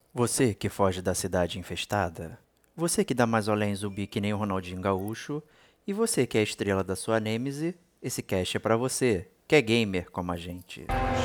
Você que foge da cidade infestada, você que dá mais olé em zumbi que nem o Ronaldinho Gaúcho, e você que é a estrela da sua nêmese, esse cast é pra você, que é gamer como a gente.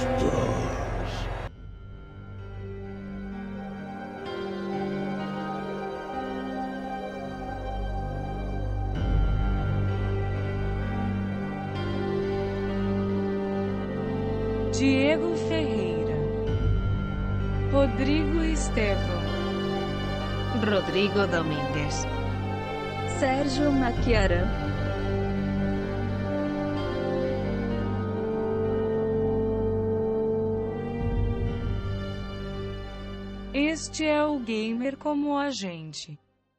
Diego Ferreira, Rodrigo Estevão, Rodrigo Domingues, Sérgio Maquiaran. Este é o Gamer como a gente.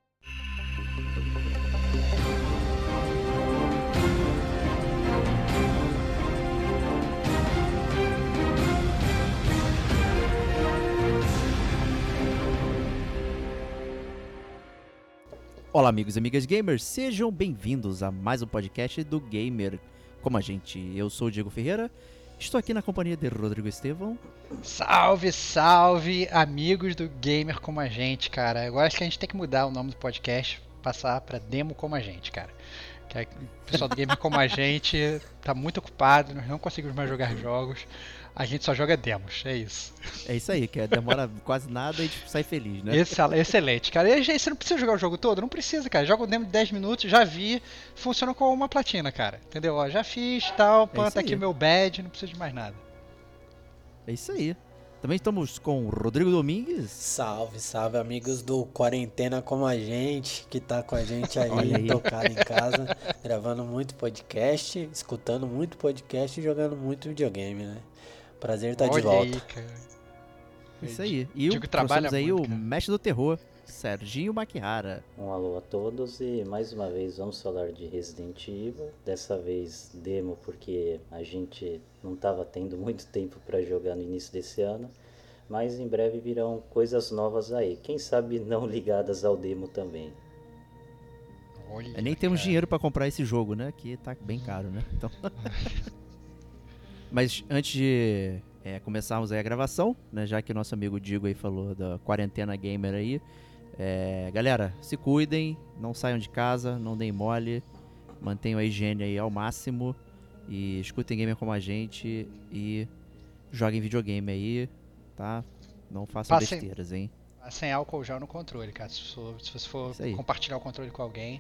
Olá amigos e amigas gamers, sejam bem-vindos a mais um podcast do Gamer como a gente. Eu sou o Diego Ferreira, estou aqui na companhia de Rodrigo Estevão. Salve, salve, amigos do Gamer como a gente, cara. Eu acho que a gente tem que mudar o nome do podcast, passar pra Demo como a gente, cara. Que o pessoal do Gamer como a gente tá muito ocupado, nós não conseguimos mais jogar jogos, a gente só joga demos, é isso. É isso aí, que demora quase nada e a gente sai feliz, né? Excelente, cara. E você não precisa jogar o jogo todo? Não precisa, cara. Joga um demo de 10 minutos, já vi, funciona como uma platina, cara. Entendeu? Ó, já fiz, tal, tá aqui meu badge, não precisa de mais nada. É isso aí. Também estamos com o Rodrigo Domingues. Salve, salve amigos do Quarentena como a gente, que tá com a gente Olha aí. aí, tocado em casa, gravando muito podcast, escutando muito podcast e jogando muito videogame, né? Prazer estar de Olha volta. aí, cara. Isso aí. E Digo, trabalha trouxemos aí muito, o cara. mestre do terror, Serginho Maquihara. Um alô a todos e mais uma vez vamos falar de Resident Evil. Dessa vez demo porque a gente não estava tendo muito tempo para jogar no início desse ano, mas em breve virão coisas novas aí. Quem sabe não ligadas ao demo também. Olha, Nem temos cara. dinheiro pra comprar esse jogo, né? Que tá bem caro, né? Então... Mas antes de começarmos aí a gravação, né? Já que o nosso amigo Diego aí falou da quarentena gamer aí, galera, se cuidem, não saiam de casa, não deem mole, mantenham a higiene aí ao máximo e escutem gamer como a gente e joguem videogame aí, tá? Não façam Passem- besteiras, hein? Sem álcool já no controle, cara. Se você for Isso aí. compartilhar o controle com alguém,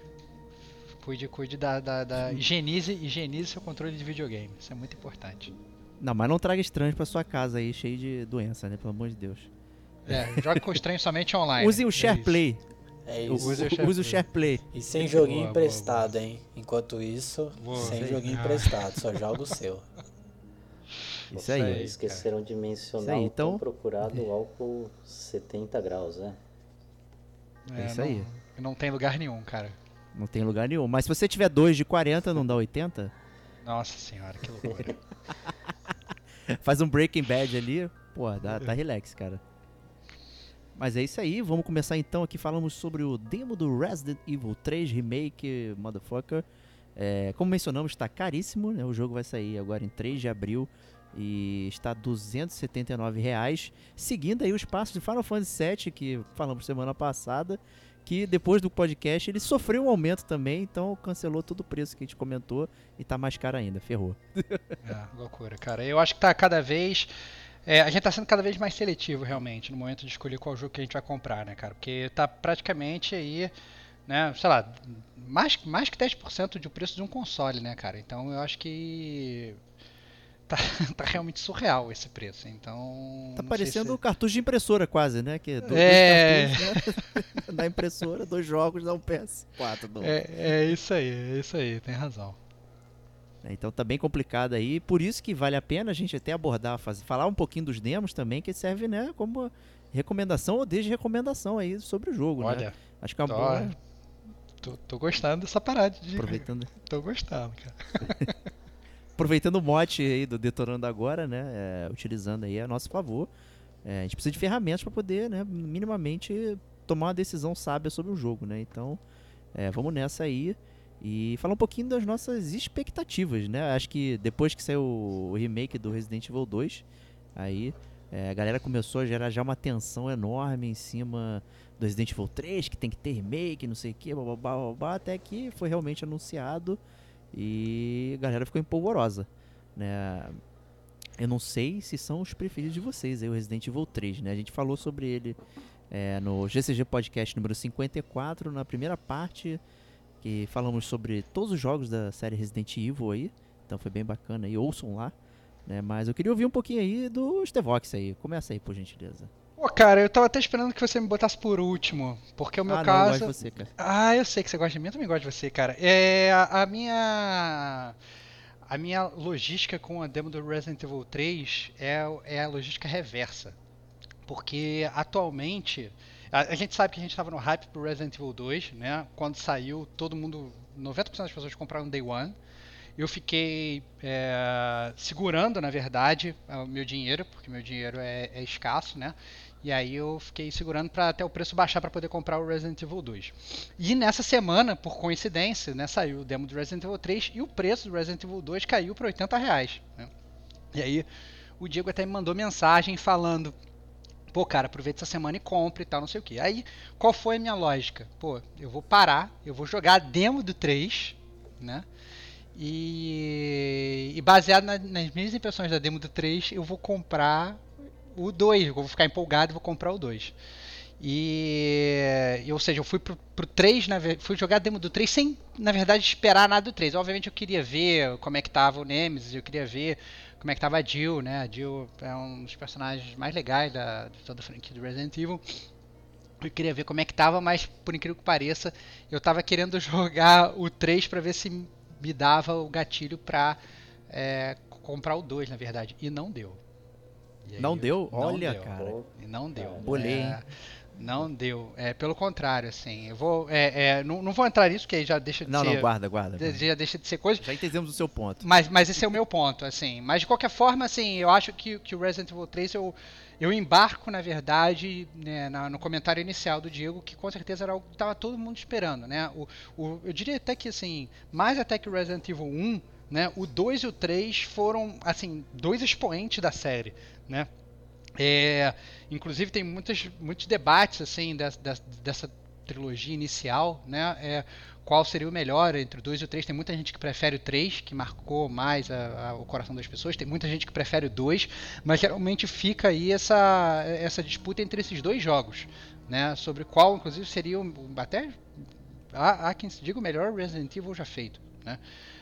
cuide da higienize seu controle de videogame. Isso é muito importante. Não, mas não traga estranhos pra sua casa aí, cheio de doença, né? Pelo amor de Deus. Jogue com estranho somente online. Usem o É Share isso. Play. É isso. Use o Share Play. E sem joguinho Boa, emprestado, boa. hein? Enquanto isso, Boa, sem sim. joguinho Ah. emprestado, só joga o seu. Isso aí. aí. Esqueceram de mencionar Isso aí, o então- tão procurado álcool 70 graus, né? É isso aí. Não tem lugar nenhum, cara. Não tem lugar nenhum. Mas se você tiver 2 de 40, não dá 80? Nossa senhora, que loucura. Faz um Breaking Bad ali. Pô, tá relax, cara. Mas é isso aí. Vamos começar então aqui. Falamos sobre o demo do Resident Evil 3 Remake, motherfucker. Como mencionamos, está caríssimo, né? O jogo vai sair agora em 3 de abril. E está R$ 279 reais, seguindo aí os passos de Final Fantasy VII, que falamos semana passada, que depois do podcast ele sofreu um aumento também, então cancelou todo o preço que a gente comentou e tá mais caro ainda, ferrou. Loucura, cara. Eu acho que tá cada vez. A gente tá sendo cada vez mais seletivo, realmente, no momento de escolher qual jogo que a gente vai comprar, né, cara? Porque tá praticamente aí, né, sei lá, mais que 10% do preço de um console, né, cara? Então eu acho que. Tá realmente surreal esse preço, então... Tá não sei parecendo se- cartucho de impressora quase, né? Que dois É. cartuchos, né? Da impressora, 2 jogos, dá um PS4. É isso aí, tem razão. Então tá bem complicado aí, por isso que vale a pena a gente até abordar, falar um pouquinho dos demos também, que serve, né, como recomendação ou desde recomendação aí sobre o jogo, né? Olha, Acho que é uma boa, tô gostando dessa parada de... aproveitando, Tô gostando, cara. aproveitando o mote aí do Detonando Agora, né, utilizando aí a nosso favor. A gente precisa de ferramentas para poder, né, minimamente tomar uma decisão sábia sobre o jogo, né? Então, vamos nessa aí. E falar um pouquinho das nossas expectativas, né? Acho que depois que saiu o remake do Resident Evil 2, aí A galera começou a gerar já uma tensão enorme em cima do Resident Evil 3, que tem que ter remake, não sei o que, babá, até que foi realmente anunciado e a galera ficou empolvorosa, né? Eu não sei se são os preferidos de vocês, aí o Resident Evil 3, né? A gente falou sobre ele no GCG Podcast número 54, na primeira parte, que falamos sobre todos os jogos da série Resident Evil aí, então foi bem bacana aí, ouçam lá. Né, mas eu queria ouvir um pouquinho aí do Stevox aí. Começa aí, por gentileza. Pô, cara, eu tava até esperando que você me botasse por último, porque o meu caso... Não, eu gosto de você, cara. Ah, eu sei que você gosta de mim, eu também gosto de você, cara. A minha logística com a demo do Resident Evil 3 é a logística reversa. Porque atualmente... A gente sabe que a gente tava no hype pro Resident Evil 2, né? Quando saiu, todo mundo... 90% das pessoas compraram no Day One. Eu fiquei segurando, na verdade, o meu dinheiro, porque meu dinheiro é escasso, né? E aí eu fiquei segurando para até o preço baixar para poder comprar o Resident Evil 2. E nessa semana, por coincidência, né, saiu o demo do Resident Evil 3 e o preço do Resident Evil 2 caiu para R$80. Né? E aí o Diego até me mandou mensagem falando: pô, cara, aproveita essa semana e compre e tal, não sei o que. Aí, qual foi a minha lógica? Pô, eu vou parar, eu vou jogar a demo do 3, né? E baseado nas minhas impressões da demo do 3, eu vou comprar o 2. Eu vou ficar empolgado e vou comprar o 2. Ou seja, eu fui pro 3, fui jogar a demo do 3 sem, na verdade, esperar nada do 3. Obviamente eu queria ver como é que tava o Nemesis, eu queria ver como é que tava a Jill, né? A Jill é um dos personagens mais legais de toda a franquia do Resident Evil. Eu queria ver como é que tava, mas por incrível que pareça, eu tava querendo jogar o 3 pra ver se me dava o gatilho pra comprar o 2, na verdade. E não deu. Não deu? Olha, deu. cara. E não deu. Bolei, hein? Não deu. Pelo contrário, assim. Eu vou. Não vou entrar nisso, porque aí já deixa de ser. Não, guarda. Já deixa de ser coisa. Já entendemos o seu ponto. Mas esse é o meu ponto, assim. Mas de qualquer forma, assim, eu acho que o Resident Evil 3 eu embarco, na verdade, né, no comentário inicial do Diego, que com certeza era algo que estava todo mundo esperando, né? Eu diria até que, assim, mais até que o Resident Evil 1, né? O 2 e o 3 foram, assim, dois expoentes da série, né? Inclusive tem muitos debates, assim, dessa trilogia inicial, né? Qual seria o melhor entre o 2 e o 3. Tem muita gente que prefere o 3, que marcou mais o coração das pessoas. Tem muita gente que prefere o 2, mas geralmente fica aí essa disputa entre esses dois jogos, né? Sobre qual, inclusive, seria até há quem se diga o melhor Resident Evil já feito, né?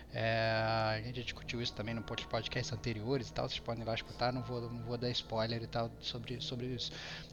A gente já discutiu isso também no podcast anteriores e tal, vocês podem ir lá escutar, não vou dar spoiler e tal sobre isso.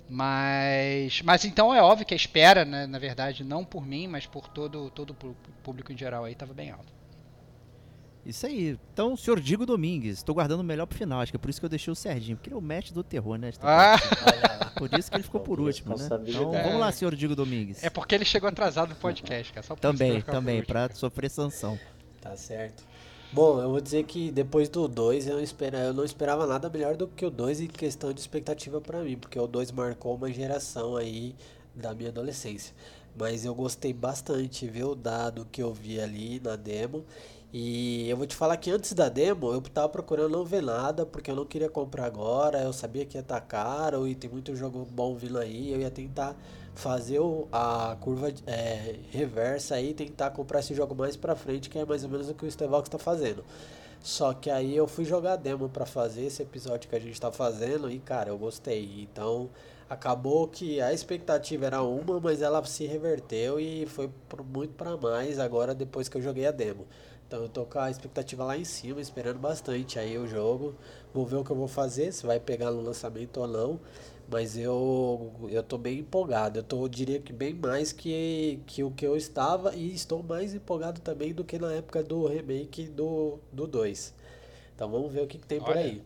Mas então é óbvio que a espera, né, na verdade, não por mim, mas por todo o público em geral aí, estava bem alto. Isso aí. Então, senhor Diego Domingues, estou guardando o melhor pro final, acho que é por isso que eu deixei o Serginho, porque ele é o mestre do terror, né? Por isso que ele ficou por último, né? Então, vamos lá, senhor Diego Domingues. É porque ele chegou atrasado no podcast, cara. Só por também, pra sofrer sanção. Tá certo. Bom, eu vou dizer que depois do 2 eu não esperava nada melhor do que o 2 em questão de expectativa pra mim, porque o 2 marcou uma geração aí da minha adolescência. Mas eu gostei bastante, viu, do que eu vi ali na demo. E eu vou te falar que antes da demo eu tava procurando não ver nada, porque eu não queria comprar agora, eu sabia que ia estar caro e tem muito jogo bom vindo aí, eu ia tentar fazer a curva reversa aí, tentar comprar esse jogo mais pra frente, que é mais ou menos o que o Stevox tá fazendo. Só que aí eu fui jogar a demo pra fazer esse episódio que a gente tá fazendo e, cara, eu gostei. Então, acabou que a expectativa era uma, mas ela se reverteu e foi muito pra mais agora depois que eu joguei a demo. Então eu tô com a expectativa lá em cima, esperando bastante aí o jogo. Vou ver o que eu vou fazer, se vai pegar no lançamento ou não. Mas eu tô bem empolgado. Eu diria que bem mais que o que eu estava. E estou mais empolgado também do que na época do remake do 2. Então vamos ver o que tem por aí.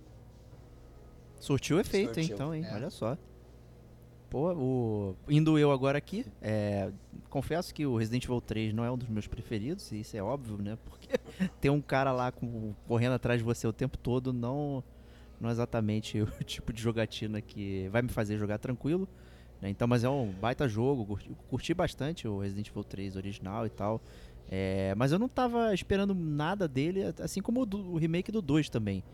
Surtiu efeito, então, hein? Olha só. Pô, indo eu agora aqui, confesso que o Resident Evil 3 não é um dos meus preferidos, e isso é óbvio, né? Porque ter um cara lá correndo atrás de você o tempo todo não é exatamente o tipo de jogatina que vai me fazer jogar tranquilo, né? Então, mas é um baita jogo, curti bastante o Resident Evil 3 original e tal, mas eu não tava esperando nada dele, assim como o remake do 2 também.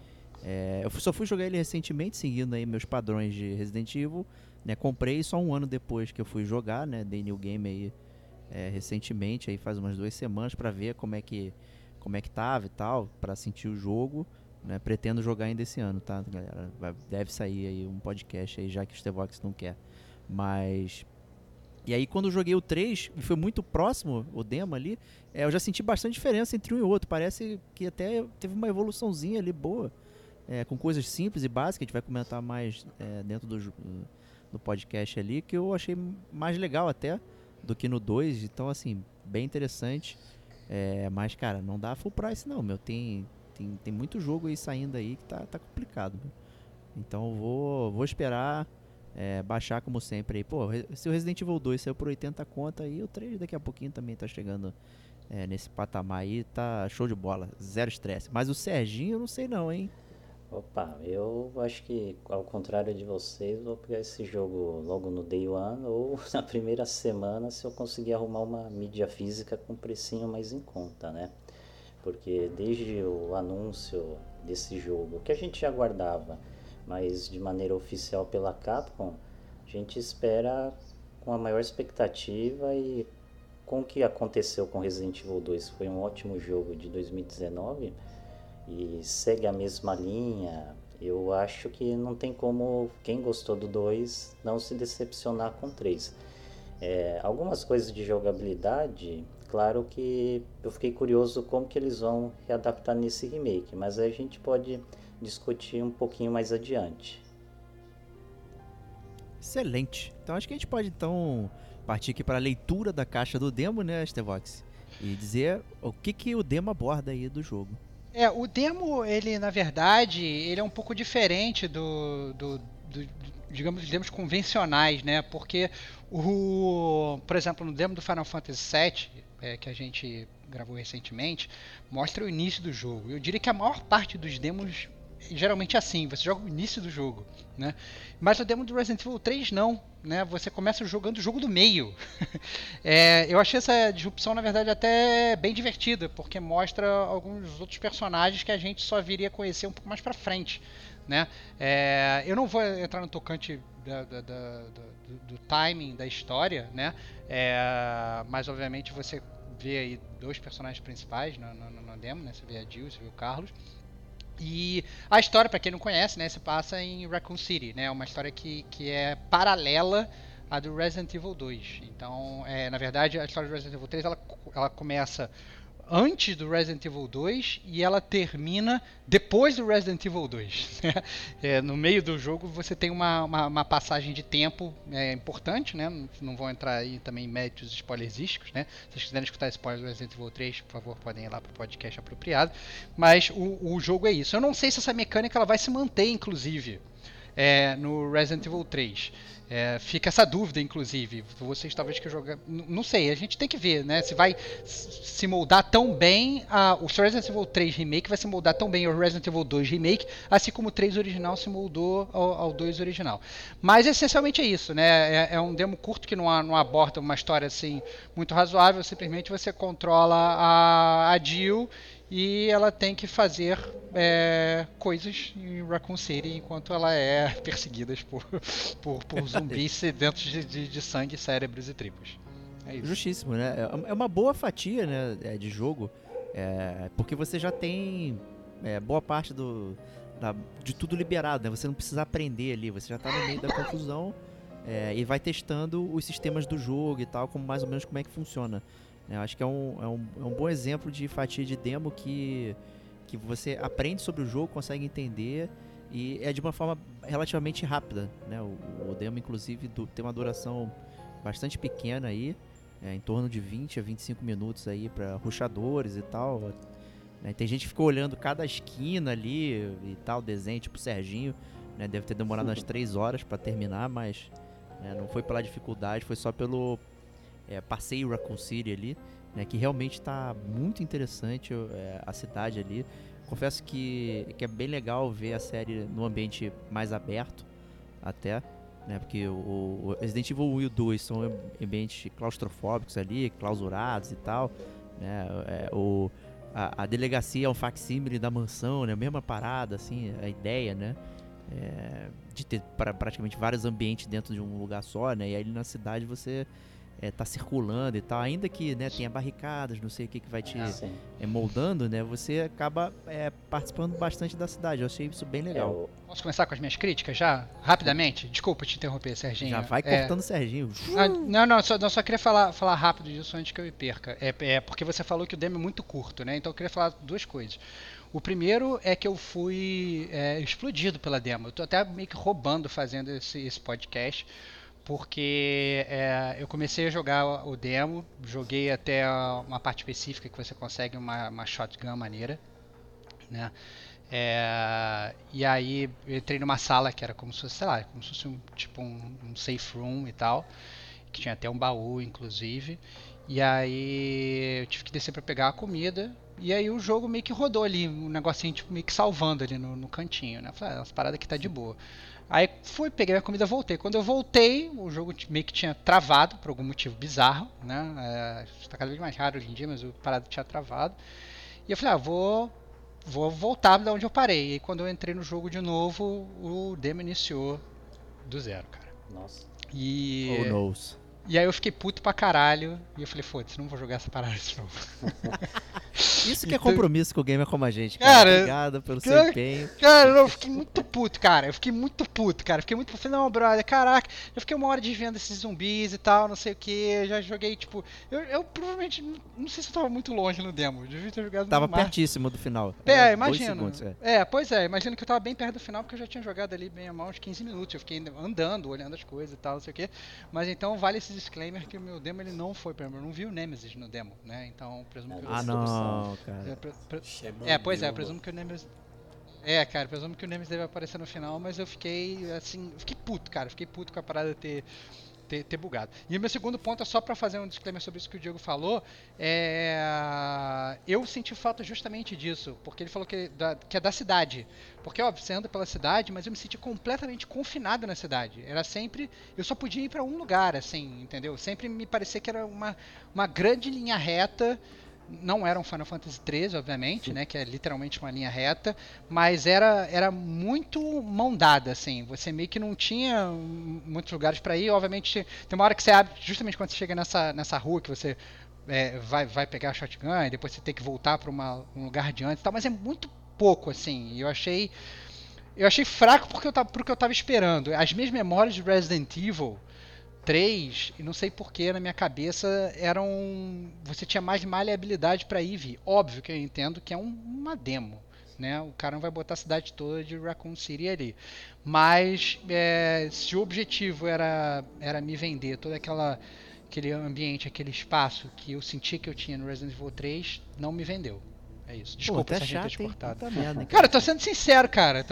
Eu só fui jogar ele recentemente, seguindo aí meus padrões de Resident Evil, né? Comprei só um ano depois que eu fui jogar, né? Dei New Game aí recentemente, aí faz umas 2 semanas pra ver como é que tava e tal, pra sentir o jogo, né? Pretendo jogar ainda esse ano, tá, galera? Deve sair aí um podcast aí, já que o Stevox não quer. Mas... E aí quando eu joguei o 3, e foi muito próximo o demo ali, eu já senti bastante diferença entre um e outro. Parece que até teve uma evoluçãozinha ali boa, com coisas simples e básicas, a gente vai comentar mais dentro do podcast ali, que eu achei mais legal até do que no 2, então assim, bem interessante. Mas cara, não dá full price não, meu, tem muito jogo aí saindo aí que tá complicado, meu. Então eu vou esperar baixar como sempre aí. Pô, se o Resident Evil 2 saiu por 80 conto aí, o 3 daqui a pouquinho também tá chegando nesse patamar aí, tá show de bola, zero estresse. Mas o Serginho eu não sei não, hein. Opa, eu acho que ao contrário de vocês, vou pegar esse jogo logo no Day One ou na primeira semana se eu conseguir arrumar uma mídia física com precinho mais em conta, né? Porque desde o anúncio desse jogo, que a gente já aguardava, mas de maneira oficial pela Capcom, a gente espera com a maior expectativa e com o que aconteceu com Resident Evil 2, foi um ótimo jogo de 2019 e segue a mesma linha. Eu acho que não tem como quem gostou do 2 não se decepcionar com o 3. Algumas coisas de jogabilidade, claro que eu fiquei curioso como que eles vão readaptar nesse remake, mas aí a gente pode discutir um pouquinho mais adiante. Excelente. Então acho que a gente pode então partir aqui para a leitura da caixa do demo, né, Stevox? E dizer o que o demo aborda aí do jogo. O demo, ele na verdade, ele é um pouco diferente digamos, dos demos convencionais, né? Porque, por exemplo, no demo do Final Fantasy VII, que a gente gravou recentemente, mostra o início do jogo. Eu diria que a maior parte dos demos geralmente é assim, você joga o início do jogo, né? Mas o demo do Resident Evil 3 não, né? Você começa jogando o jogo do meio. Eu achei essa disrupção, na verdade, até bem divertida, porque mostra alguns outros personagens que a gente só viria conhecer um pouco mais pra frente, né? Eu não vou entrar no tocante do timing da história, né? Mas obviamente você vê aí 2 personagens principais no demo, né? Você vê a Jill, você vê o Carlos. E a história, para quem não conhece, né, se passa em Raccoon City, né, uma história que é paralela à do Resident Evil 2. Então, na verdade, a história do Resident Evil 3 ela começa antes do Resident Evil 2 e ela termina depois do Resident Evil 2. No meio do jogo você tem uma passagem de tempo importante, né? Não vou entrar aí também em méritos spoilerísticos, né? Se vocês quiserem escutar spoilers do Resident Evil 3, por favor, podem ir lá para o podcast apropriado. Mas o jogo é isso. Eu não sei se essa mecânica ela vai se manter, inclusive, no Resident Evil 3. Fica essa dúvida, inclusive. Vocês talvez que jogam. Não sei, a gente tem que ver, né? Se vai se moldar tão bem. O Resident Evil 3 Remake vai se moldar tão bem ao Resident Evil 2 Remake, assim como o 3 original se moldou ao 2 original. Mas essencialmente é isso, né? É um demo curto que não aborda uma história assim muito razoável. Simplesmente você controla a Jill e ela tem que fazer coisas em Raccoon City enquanto ela é perseguida por zumbis sedentos de sangue, cérebros e tripas. É isso. Justíssimo, né? É uma boa fatia, né, de jogo, porque você já tem boa parte de tudo liberado, né? Você não precisa aprender ali, você já tá no meio da confusão e vai testando os sistemas do jogo e tal, mais ou menos como é que funciona. Eu acho que é um bom exemplo de fatia de demo que você aprende sobre o jogo, consegue entender e é de uma forma relativamente rápida, né? O demo, inclusive, tem uma duração bastante pequena aí, em torno de 20 a 25 minutos aí para rushadores e tal, né? Tem gente que ficou olhando cada esquina ali e tal, desenho, tipo Serginho, né? Deve ter demorado umas 3 horas para terminar, mas não foi pela dificuldade, foi só pelo passeio Raccoon City ali, né, que realmente está muito interessante a cidade ali. Confesso que é bem legal ver a série no ambiente mais aberto até, né, porque o Resident Evil 1 e o 2 são ambientes claustrofóbicos ali, clausurados e tal, né, a delegacia é um facsímile da mansão, né? A mesma parada, assim, a ideia, né? De ter praticamente vários ambientes dentro de um lugar só, né? E aí na cidade você tá circulando e tal, ainda que, né, tenha barricadas, não sei o que vai te Sim. moldando, né? Você acaba participando bastante da cidade. Eu achei isso bem legal. Posso começar com as minhas críticas já? Rapidamente? Desculpa te interromper, Serginho. Já vai cortando o Serginho. Só queria falar rápido disso antes que eu me perca. Porque você falou que o demo é muito curto, né? Então eu queria falar duas coisas. O primeiro é que eu fui explodido pela demo. Eu tô até meio que roubando fazendo esse podcast, porque eu comecei a jogar o demo, joguei até uma parte específica que você consegue uma shotgun maneira, né? E aí eu entrei numa sala que era como se fosse, sei lá, como se fosse um safe room e tal, que tinha até um baú, inclusive. E aí eu tive que descer pra pegar a comida. E aí o jogo meio que rodou ali, um negocinho tipo, meio que salvando ali no cantinho, né? Falei, essa parada aqui tá de boa. Aí fui, peguei minha comida, voltei. Quando eu voltei, o jogo meio que tinha travado, por algum motivo bizarro, né? Isso tá cada vez mais raro hoje em dia, mas o parada tinha travado. E eu falei, vou voltar da onde eu parei. E quando eu entrei no jogo de novo, o demo iniciou do zero, cara. Nossa. Oh, knows. E aí eu fiquei puto pra caralho. E eu falei, foda-se, não vou jogar essa parada de novo. Isso que é compromisso com o gamer como a gente, cara. Obrigado pelo seu empenho. Cara, eu fiquei muito puto, cara. Eu fiquei muito puto. Falei, não, brother, caraca. Eu fiquei uma hora desvendo esses zumbis e tal, não sei o que. Eu já joguei, tipo... Eu provavelmente... Não sei se eu tava muito longe no demo. Eu devia ter jogado tava no máximo. pertíssimo do final. Imagino. Pois é. Imagino que eu tava bem perto do final, porque eu já tinha jogado ali bem a mão uns 15 minutos. Eu fiquei andando, olhando as coisas e tal, não sei o que. Mas então vale esse disclaimer que o meu demo, ele não foi pra mim. Eu não vi o Nemesis no demo, né? Então, presumo que... não, cara. Pois é, eu presumo que o Nemesis... cara, presumo que o Nemesis deve aparecer no final, mas eu fiquei, assim... Fiquei puto, cara. Fiquei puto com a parada ter bugado. E o meu segundo ponto é só pra fazer um disclaimer sobre isso que o Diego falou. Eu senti falta justamente disso, porque ele falou que é da cidade. Porque, óbvio, você anda pela cidade, mas eu me senti completamente confinado na cidade. Era sempre... Eu só podia ir pra um lugar, assim, entendeu? Sempre me parecia que era uma grande linha reta. Não era um Final Fantasy XIII, obviamente, né, que é literalmente uma linha reta, mas era muito mão dada, assim, você meio que não tinha muitos lugares para ir, obviamente tem uma hora que você abre, justamente quando você chega nessa rua, que você vai pegar a shotgun, e depois você tem que voltar para um lugar de antes e tal, mas é muito pouco, assim, eu achei fraco porque pro que eu tava esperando. As minhas memórias de Resident Evil 3, e não sei porquê, na minha cabeça você tinha mais maleabilidade pra Eve. Óbvio que eu entendo que é uma demo, né? O cara não vai botar a cidade toda de Raccoon City ali. Mas se o objetivo era me vender todo aquele ambiente, aquele espaço que eu sentia que eu tinha no Resident Evil 3, não me vendeu. É isso. Desculpa se a gente ter te cortado. Cara, tô sendo sincero, cara.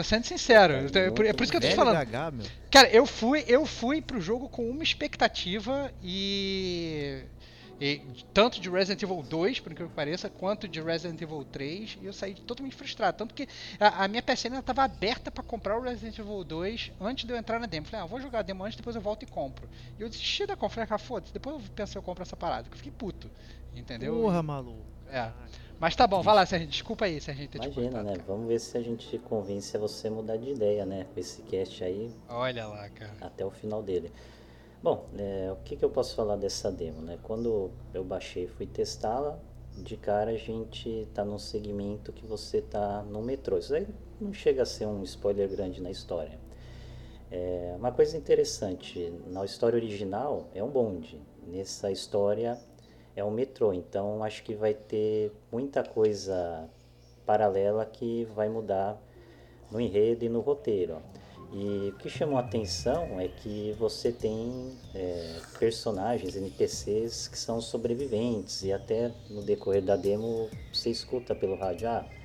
É por isso que eu tô te falando. Cara, eu fui pro jogo com uma expectativa e tanto de Resident Evil 2, por incrível que pareça, quanto de Resident Evil 3, e eu saí totalmente frustrado. Tanto que a minha PSN estava aberta pra comprar o Resident Evil 2 antes de eu entrar na demo. Falei, vou jogar a demo antes, depois eu volto e compro. E eu desisti da compra. Falei, foda-se, depois eu penso se eu compro essa parada. Porque eu fiquei puto. Entendeu? Porra, maluco. Mas tá bom, vai lá, Serginho. Desculpa aí, Serginho. Imagina, né? Vamos ver se a gente convence a você mudar de ideia, né? Com esse cast aí. Olha lá, cara. Até o final dele. Bom, o que eu posso falar dessa demo, né? Quando eu baixei e fui testá-la, de cara a gente tá num segmento que você tá no metrô. Isso aí não chega a ser um spoiler grande na história. Uma coisa interessante, na história original é um bonde. Nessa história é um metrô, então acho que vai ter muita coisa paralela que vai mudar no enredo e no roteiro. E o que chamou a atenção é que você tem personagens, NPCs que são sobreviventes, e até no decorrer da demo você escuta pelo rádio,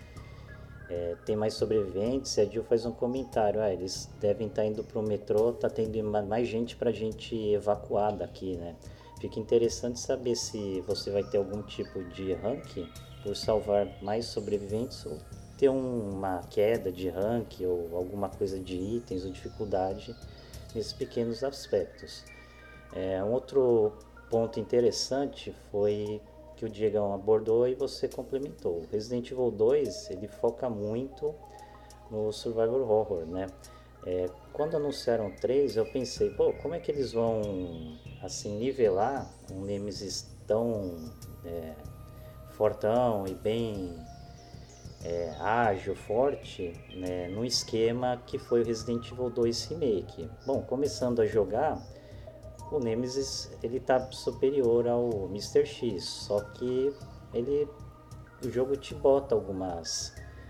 tem mais sobreviventes, e a Jill faz um comentário, eles devem estar indo para o metrô, tá tendo mais gente para a gente evacuar daqui, né? Fica interessante saber se você vai ter algum tipo de rank por salvar mais sobreviventes ou ter uma queda de rank ou alguma coisa de itens ou dificuldade nesses pequenos aspectos. Um outro ponto interessante foi que o Diegão abordou e você complementou. O Resident Evil 2, ele foca muito no survival horror, né? Quando anunciaram o 3, eu pensei, pô, como é que eles vão, assim, nivelar um Nemesis tão fortão e bem ágil, forte, né, no esquema que foi o Resident Evil 2 Remake. Bom, começando a jogar, o Nemesis ele tá superior ao Mr. X, só que o jogo te bota algumas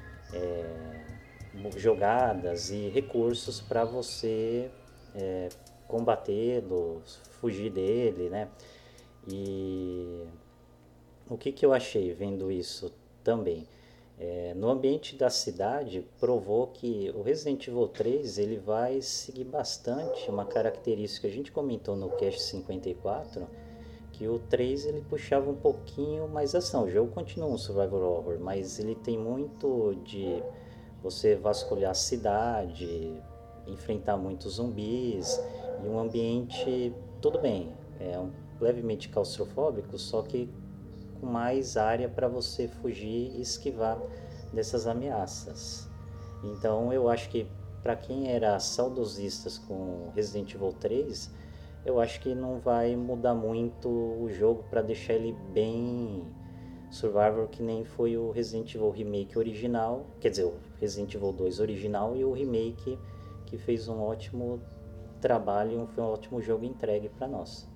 jogadas e recursos para você combatê-lo, fugir dele, né? E o que eu achei vendo isso também? No ambiente da cidade, provou que o Resident Evil 3 ele vai seguir bastante uma característica que a gente comentou no Cast 54, que o 3 ele puxava um pouquinho mais ação. O jogo continua um survival horror, mas ele tem muito de você vasculhar a cidade, enfrentar muitos zumbis e um ambiente, tudo bem, levemente claustrofóbico, só que com mais área para você fugir e esquivar dessas ameaças. Então eu acho que para quem era saudosistas com Resident Evil 3, eu acho que não vai mudar muito o jogo para deixar ele bem survival, que nem foi o Resident Evil Remake original, quer dizer, o Resident Evil 2 original e o Remake, que fez um ótimo trabalho, foi um ótimo jogo entregue para nós.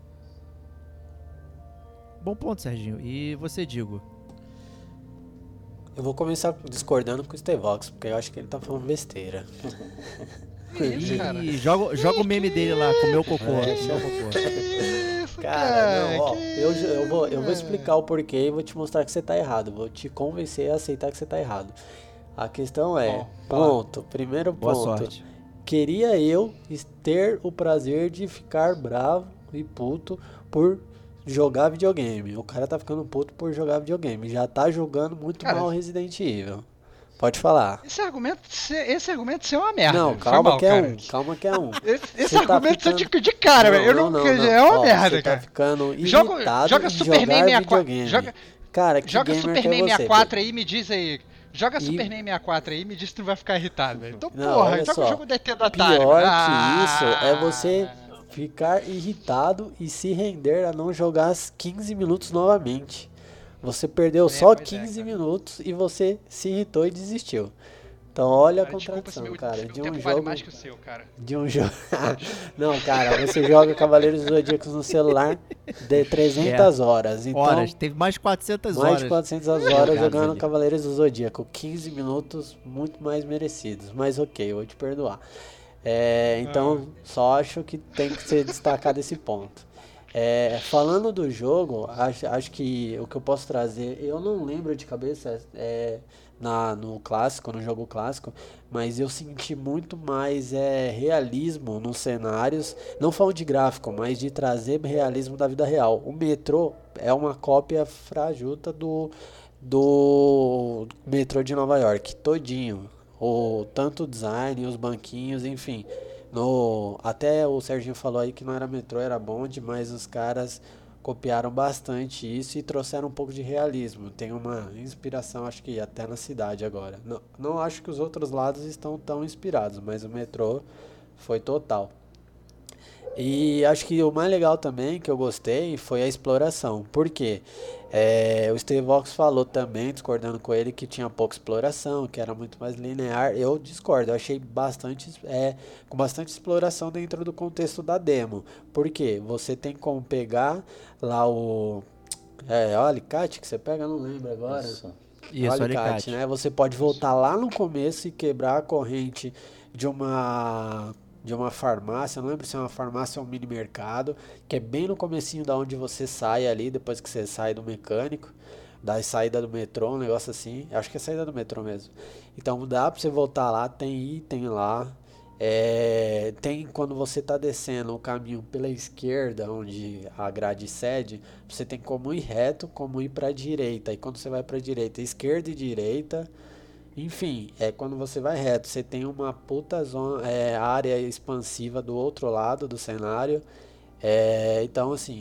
Bom ponto, Serginho. E você, Digo? Eu vou começar discordando com o Stevox, porque eu acho que ele tá falando besteira. Ih, joga o meme dele lá, comeu cocô. Cara, não, ó, eu vou explicar o porquê e vou te mostrar que você tá errado. Vou te convencer a aceitar que você tá errado. A questão é, primeiro Boa ponto. sorte. Queria eu ter o prazer de ficar bravo e puto por jogar videogame. O cara tá ficando puto por jogar videogame. Já tá jogando muito mal Resident Evil. Pode falar. Esse argumento seu é uma merda. Não, calma que é um. Esse argumento seu de cara, velho. É uma merda, você cara. Tá ficando irritado joga em Superman jogar 64. videogame. Cara, que Joga gamer Superman que é você, 64 aí e me diz aí. Joga Superman 64 aí e me diz que tu não vai ficar irritado, velho. Então, Não, porra, olha joga só, o jogo DT do Atari. Pior que isso é você ficar irritado e se render a não jogar 15 minutos novamente. Você perdeu só 15 minutos e você se irritou e desistiu. Então olha a contradição, cara. De um tempo jogo vale mais que o seu, cara. De um jogo. Não, cara, você joga Cavaleiros do Zodíaco no celular de 300 horas. Então, horas, teve mais de 400 horas. mais de 400 horas jogando Cavaleiros do Zodíaco. 15 minutos muito mais merecidos. Mas ok, eu vou te perdoar. Então, só acho que tem que ser destacado esse ponto. Falando do jogo, acho que o que eu posso trazer, eu não lembro de cabeça no clássico, no jogo clássico, mas eu senti muito mais realismo nos cenários, não falando de gráfico, mas de trazer realismo da vida real. O metrô é uma cópia frajuta do metrô de Nova York, todinho. Tanto o design, os banquinhos, enfim. Até o Serginho falou aí que não era metrô, era bonde, mas os caras copiaram bastante isso e trouxeram um pouco de realismo. Tem uma inspiração, acho que até na cidade agora. Não acho que os outros lados estão tão inspirados, mas o metrô foi total. E acho que o mais legal também, que eu gostei, foi a exploração. Por quê? O Stevox falou também, discordando com ele, que tinha pouca exploração, que era muito mais linear. Eu discordo, eu achei com bastante exploração dentro do contexto da demo. Por quê? Você tem como pegar lá o alicate que você pega, não lembro agora. Isso, o alicate, né? Você pode voltar lá no começo e quebrar a corrente de uma farmácia, não lembro se é uma farmácia ou um mini mercado, que é bem no comecinho da onde você sai ali, depois que você sai do mecânico, da saída do metrô, um negócio assim, acho que é a saída do metrô mesmo. Então dá pra você voltar lá, tem item lá, tem quando você tá descendo o caminho pela esquerda, onde a grade cede, você tem como ir reto, como ir pra direita, e quando você vai pra direita, esquerda e direita. Enfim, quando você vai reto, você tem uma puta zona, área expansiva do outro lado do cenário. Então, assim,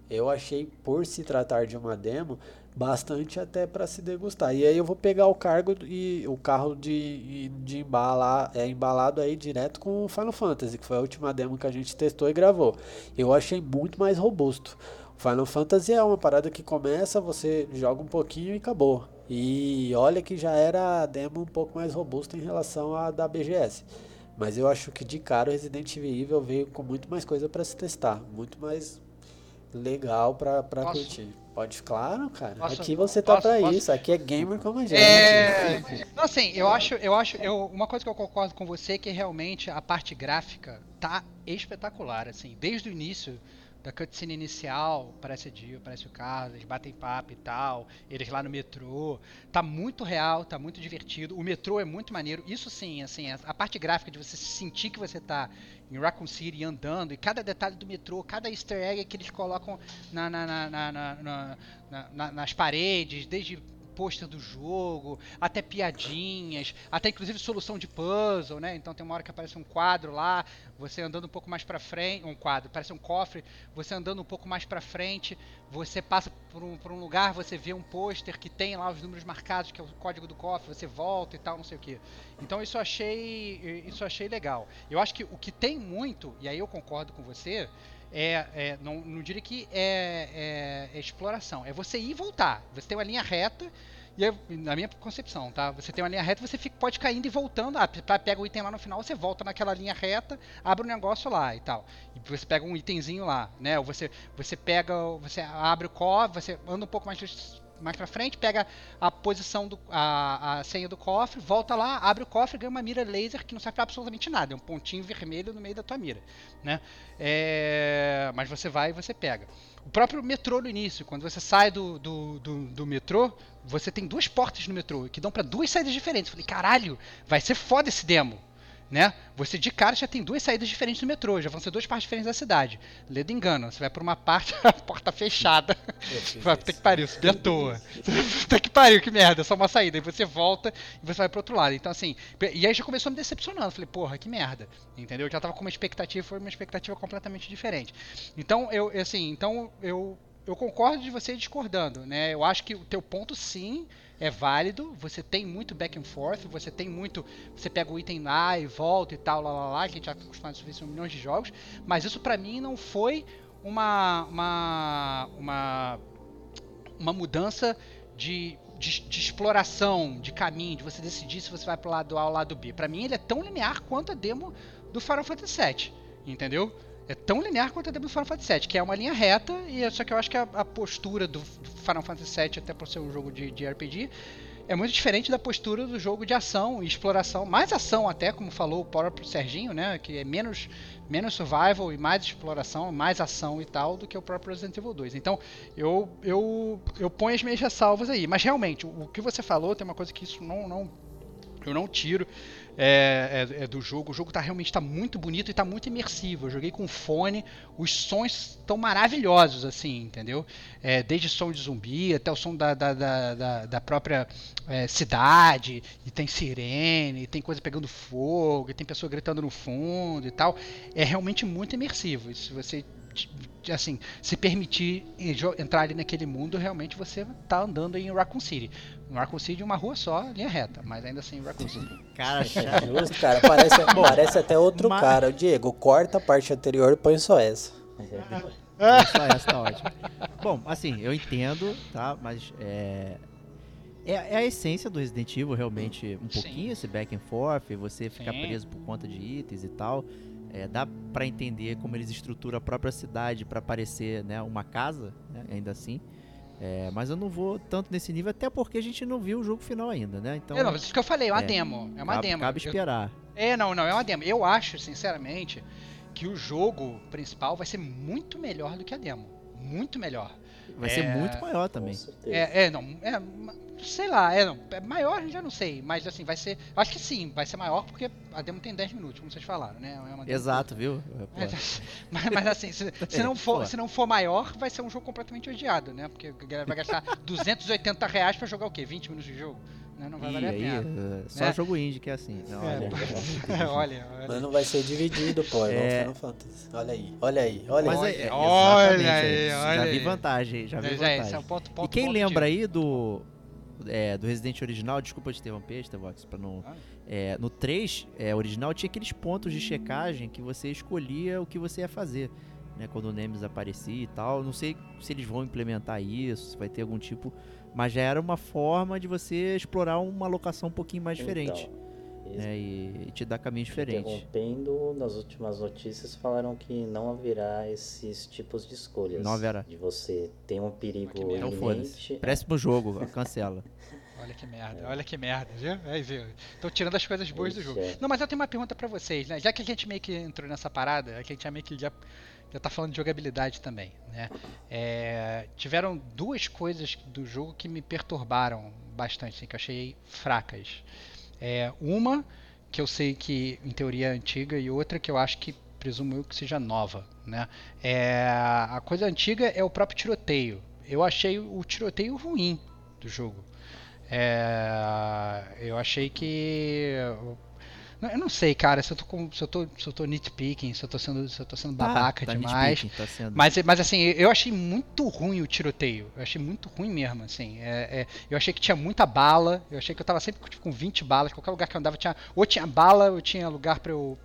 eu achei, por se tratar de uma demo, bastante até para se degustar. E aí eu vou pegar o carro de embalar, embalado aí direto com o Final Fantasy, que foi a última demo que a gente testou e gravou. Eu achei muito mais robusto. O Final Fantasy é uma parada que começa, você joga um pouquinho e acabou. E olha que já era a demo um pouco mais robusta em relação à da BGS. Mas eu acho que de cara o Resident Evil veio com muito mais coisa para se testar, muito mais legal pra curtir. Pode, claro, cara. Aqui você tá pra isso, aqui é gamer como a gente. Então, assim, uma coisa que eu concordo com você é que realmente a parte gráfica tá espetacular, assim, desde o início da cutscene inicial, parece a Jill, parece o Carlos, eles batem papo e tal, eles lá no metrô, tá muito real, tá muito divertido, o metrô é muito maneiro, isso sim, assim, a parte gráfica de você sentir que você tá em Raccoon City andando, e cada detalhe do metrô, cada easter egg que eles colocam nas paredes, desde pôster do jogo, até piadinhas, até inclusive solução de puzzle, né? Então tem uma hora que aparece um quadro lá, você andando um pouco mais pra frente, um quadro, parece um cofre, você andando um pouco mais pra frente, você passa por um lugar, você vê um pôster que tem lá os números marcados, que é o código do cofre, você volta e tal, não sei o que. Então isso eu achei legal. Eu acho que o que tem muito, e aí eu concordo com você, não diria que é exploração, é você ir e voltar. Você tem uma linha reta, e na minha concepção, tá? Você tem uma linha reta, você pode cair indo e voltando. Pega o item lá no final, você volta naquela linha reta, abre um negócio lá e tal. E você pega um itemzinho lá, né? Ou você abre o cofre, você anda um pouco mais pra frente, pega a posição a senha do cofre, volta lá, abre o cofre e ganha uma mira laser que não serve pra absolutamente nada, é um pontinho vermelho no meio da tua mira, né? Mas você vai e você pega. O próprio metrô no início, quando você sai do metrô, você tem duas portas no metrô que dão pra duas saídas diferentes. Eu falei, caralho, vai ser foda esse demo, né? Você de cara já tem duas saídas diferentes do metrô, já vão ser duas partes diferentes da cidade. Ledo engano, você vai por uma parte, a porta fechada. Vai, puta que pariu, subir à toa. Puta que pariu, que merda, é só uma saída. Aí você volta e você vai pro outro lado. Então assim, e aí já começou a me decepcionando. Falei, porra, que merda. Entendeu? Eu já tava com uma expectativa, foi uma expectativa completamente diferente. Então eu concordo de você discordando, né? Eu acho que o teu ponto sim é válido, você tem muito back and forth, você pega o item lá e volta e tal, lá, que a gente já tá acostumado a ver isso em milhões de jogos, mas isso pra mim não foi uma mudança de exploração, de caminho, de você decidir se você vai pro lado A ou lado B. Pra mim ele é tão linear quanto a demo do Final Fantasy VII, entendeu? É tão linear quanto a demo do Final Fantasy VII, que é uma linha reta, só que eu acho que a postura do Final Fantasy VII, até por ser um jogo de RPG, é muito diferente da postura do jogo de ação e exploração, mais ação até, como falou o próprio Serginho, né, que é menos survival e mais exploração, mais ação e tal, do que o próprio Resident Evil 2. Então, eu ponho as minhas ressalvas aí, mas realmente, o que você falou, tem uma coisa que isso eu não tiro do jogo. O jogo realmente tá muito bonito e tá muito imersivo. Eu joguei com fone, os sons estão maravilhosos, assim, entendeu? Desde som de zumbi até o som da própria cidade, e tem sirene, e tem coisa pegando fogo, e tem pessoa gritando no fundo e tal. É realmente muito imersivo. E se você assim, se permitir entrar ali naquele mundo, realmente você tá andando em Raccoon City. No Raccoon City, uma rua só, linha reta, mas ainda assim Raccoon City. Cara, chato. Justo, cara, parece até outro cara. Diego, corta a parte anterior e põe só essa. Só essa tá ótimo. Bom, assim, eu entendo, tá? Mas é a essência do Resident Evil, realmente, um pouquinho esse back and forth, você ficar preso por conta de itens e tal. Dá pra entender como eles estruturam a própria cidade pra parecer, né, uma casa, né, ainda assim. Mas eu não vou tanto nesse nível, até porque a gente não viu o jogo final ainda, né? Então, não, isso que eu falei, é uma demo. É uma demo. Cabe esperar. É uma demo. Eu acho, sinceramente, que o jogo principal vai ser muito melhor do que a demo. Muito melhor. Vai ser muito maior também. Sei lá, maior já não sei, mas assim, vai ser, acho que sim, vai ser maior porque a demo tem 10 minutos, como vocês falaram, né? Exato, viu? Mas assim, se não for maior, vai ser um jogo completamente odiado, né? Porque a galera vai gastar R$280 pra jogar o quê? 20 minutos de jogo? né? Não vai Ih, valer a aí, pena. só né? jogo indie que é assim. Não, olha. Olha. Mas não vai ser dividido, pô. É igual Final Fantasy. Olha aí. Mas Olha, exatamente, aí, já olha vi aí. vantagem, já vi Esse vantagem. é um ponto E quem positivo. lembra aí do Resident original, desculpa te interromper, Starvox, pra não... no 3 original tinha aqueles pontos de checagem que você escolhia o que você ia fazer, né? Quando o Nemesis aparecia e tal. Não sei se eles vão implementar isso, se vai ter algum tipo... Mas já era uma forma de você explorar uma locação um pouquinho mais diferente. Então, Né? E te dar caminhos diferentes. interrompendo, nas últimas notícias falaram que não haverá esses tipos de escolhas. Não haverá. De você ter um perigo Que merda. Então foda-se. iminente. Próximo jogo, cancela. Olha que merda, viu? Tô tirando as coisas boas do Isso, jogo. é. Não, mas eu tenho uma pergunta pra vocês, né? Já que a gente meio que entrou nessa parada, que a gente meio que já tá falando de jogabilidade também, né? Tiveram duas coisas do jogo que me perturbaram bastante, assim, que eu achei fracas. Uma, que eu sei que em teoria é antiga, e outra que eu acho que presumo eu que seja nova, né? A coisa antiga é o próprio tiroteio. Eu achei o tiroteio ruim do jogo. Eu achei que... Eu não sei, cara, se eu tô nitpicking, se eu tô sendo babaca demais. Tá sendo. Mas assim, eu achei muito ruim o tiroteio. Eu achei muito ruim mesmo, assim. Eu achei que tinha muita bala. Eu achei que eu tava sempre com 20 balas. Qualquer lugar que eu andava ou tinha bala, ou tinha lugar pra eu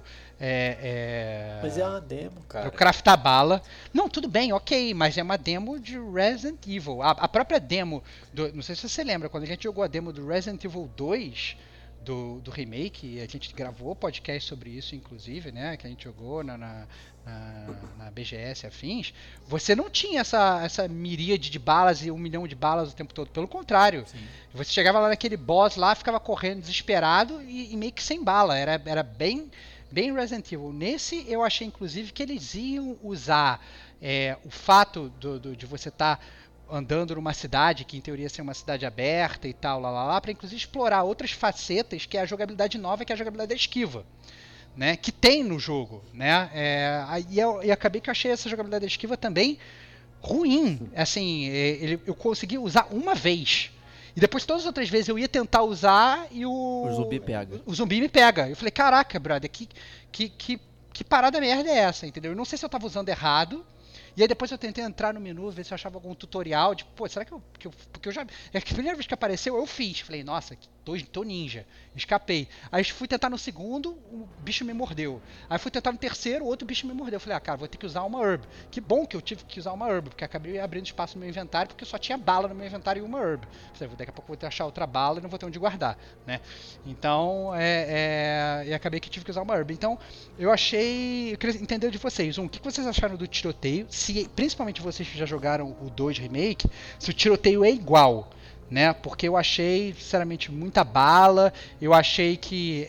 Mas é uma demo, cara. eu craftar bala. Não, tudo bem, ok, mas é uma demo de Resident Evil. A própria demo, não sei se você lembra, quando a gente jogou a demo do Resident Evil 2, do remake, a gente gravou podcast sobre isso, inclusive, né, que a gente jogou na BGS afins, você não tinha essa miríade de balas e 1 milhão de balas o tempo todo, pelo contrário. Sim. Você chegava lá naquele boss lá, ficava correndo desesperado e meio que sem bala, era bem Resident Evil. Nesse eu achei inclusive que eles iam usar o fato de você estar andando numa cidade que em teoria seria uma cidade aberta e tal, para inclusive explorar outras facetas, que é a jogabilidade nova, que é a jogabilidade da esquiva, né, que tem no jogo, né? E acabei que eu achei essa jogabilidade da esquiva também ruim, assim, eu consegui usar uma vez. E depois todas as outras vezes eu ia tentar usar e o zumbi pega. O zumbi me pega. Eu falei, caraca, brother, que parada merda é essa, entendeu? Eu não sei se eu tava usando errado. E aí depois eu tentei entrar no menu, ver se eu achava algum tutorial, tipo, pô, será que porque eu já... A primeira vez que apareceu, eu fiz. Falei, nossa, tô ninja. Escapei. Aí fui tentar no segundo, o bicho me mordeu. Aí fui tentar no terceiro, o outro bicho me mordeu. Falei, cara, vou ter que usar uma herb. Que bom que eu tive que usar uma herb, porque acabei abrindo espaço no meu inventário, porque só tinha bala no meu inventário e uma herb. Falei, daqui a pouco eu vou ter que achar outra bala e não vou ter onde guardar, né? Então, e acabei que tive que usar uma herb. Então, eu queria entender de vocês, o que vocês acharam do tiroteio? Se, principalmente vocês que já jogaram o 2 Remake, se o tiroteio é igual, né? Porque eu achei, sinceramente, muita bala. Eu achei que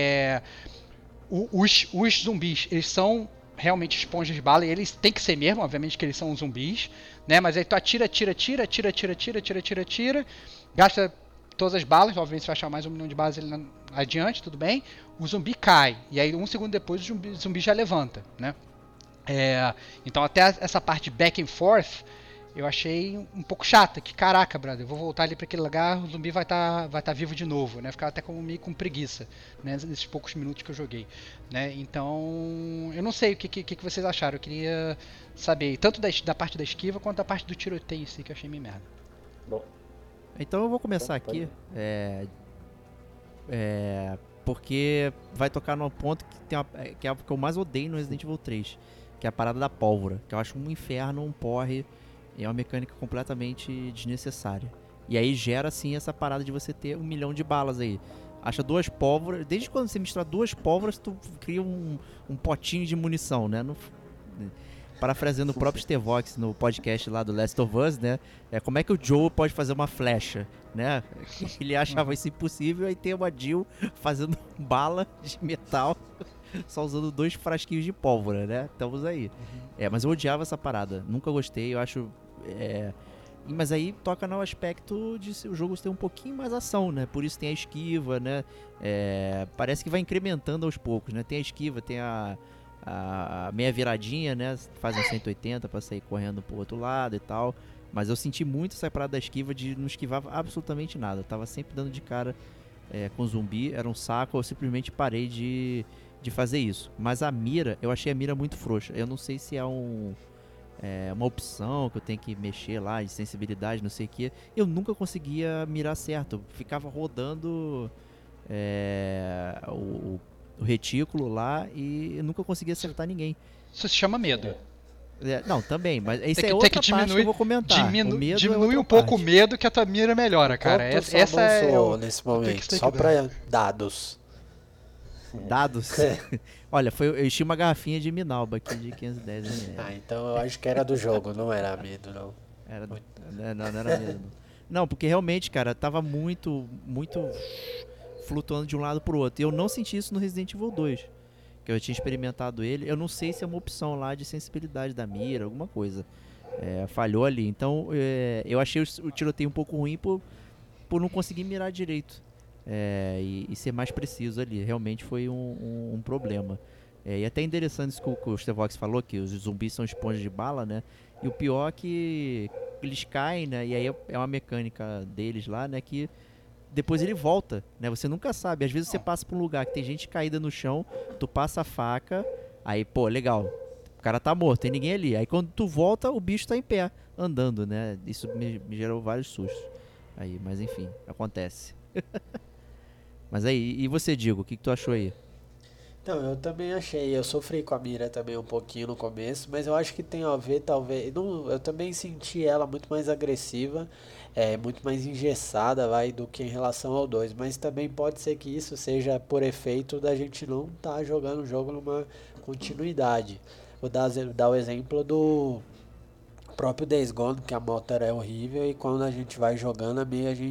os zumbis, eles são realmente esponjas de bala, e eles têm que ser mesmo, obviamente que eles são zumbis, né? Mas aí tu atira, gasta todas as balas, obviamente você vai achar mais 1 milhão de balas ali adiante, tudo bem. O zumbi cai, e aí 1 segundo depois o zumbi já levanta, né? Então até essa parte de back and forth eu achei um pouco chata, que caraca, brother, eu vou voltar ali para aquele lugar, o zumbi vai tá vivo de novo, né? Ficava até meio com preguiça, né? Nesses poucos minutos que eu joguei, né? Então, eu não sei o que vocês acharam, eu queria saber, tanto da parte da esquiva quanto da parte do tiroteio em si, que eu achei meio merda. Bom, Então eu vou começar aqui, porque vai tocar num ponto que é o que eu mais odeio no Resident Evil 3, que é a parada da pólvora, que eu acho um inferno, um porre, e é uma mecânica completamente desnecessária. E aí gera, assim, essa parada de você ter 1 milhão de balas aí. Acha 2 pólvoras, desde quando você mistura 2 pólvoras, tu cria um potinho de munição, né? Parafraseando o próprio Stevox no podcast lá do Last of Us, né? Como é que o Joe pode fazer uma flecha, né? Ele achava isso impossível, aí tem uma Jill fazendo bala de metal só usando 2 frasquinhos de pólvora, né? Estamos aí. Mas eu odiava essa parada, nunca gostei, eu acho... Mas aí toca no aspecto de o jogo ter um pouquinho mais ação, né? Por isso tem a esquiva, né? Parece que vai incrementando aos poucos, né? Tem a esquiva, tem a meia viradinha, né? Faz um 180 pra sair correndo pro outro lado e tal. Mas eu senti muito essa parada da esquiva de não esquivava absolutamente nada. Eu tava sempre dando de cara com zumbi, era um saco, eu simplesmente parei de fazer isso. Mas a mira, eu achei a mira muito frouxa. Eu não sei se é uma opção que eu tenho que mexer lá, de sensibilidade, não sei o que. Eu nunca conseguia mirar certo. Eu ficava rodando o retículo lá e eu nunca conseguia acertar ninguém. Isso se chama medo. Não, também, mas isso Tem é que outra parte que eu vou comentar. O medo é diminui outra um pouco o parte. medo que a tua mira melhora, cara. Essa é nesse o que momento, você tem só que dar. pra dados. Dados. Olha, eu enchi uma garrafinha de Minalba aqui de 510 ml. Ah, então eu acho que era do jogo, não era medo, não. Não era mesmo. Não, porque realmente, cara, tava muito flutuando de um lado pro outro. E eu não senti isso no Resident Evil 2, que eu tinha experimentado ele. Eu não sei se é uma opção lá de sensibilidade da mira, alguma coisa. Falhou ali. Então, eu achei o tiroteio um pouco ruim por não conseguir mirar direito. E ser mais preciso ali. Realmente foi um problema. E até interessante isso que o Stevox falou, que os zumbis são esponjas de bala, né? E o pior é que eles caem, né? E aí é uma mecânica deles lá, né? Que depois ele volta, né? Você nunca sabe. Às vezes você passa por um lugar que tem gente caída no chão, tu passa a faca, aí, pô, legal. O cara tá morto, tem ninguém ali. Aí quando tu volta, o bicho tá em pé, andando, né? Isso me gerou vários sustos. Aí, mas enfim, acontece. Mas aí, e você, Diego, o que tu achou aí? Então, eu também achei, eu sofri com a mira também um pouquinho no começo, mas eu acho que tem a ver, talvez, eu também senti ela muito mais agressiva, muito mais engessada, do que em relação ao 2, mas também pode ser que isso seja por efeito da gente não estar jogando o jogo numa continuidade. Vou dar o exemplo do próprio Days Gone, que a moto era horrível e quando a gente vai jogando,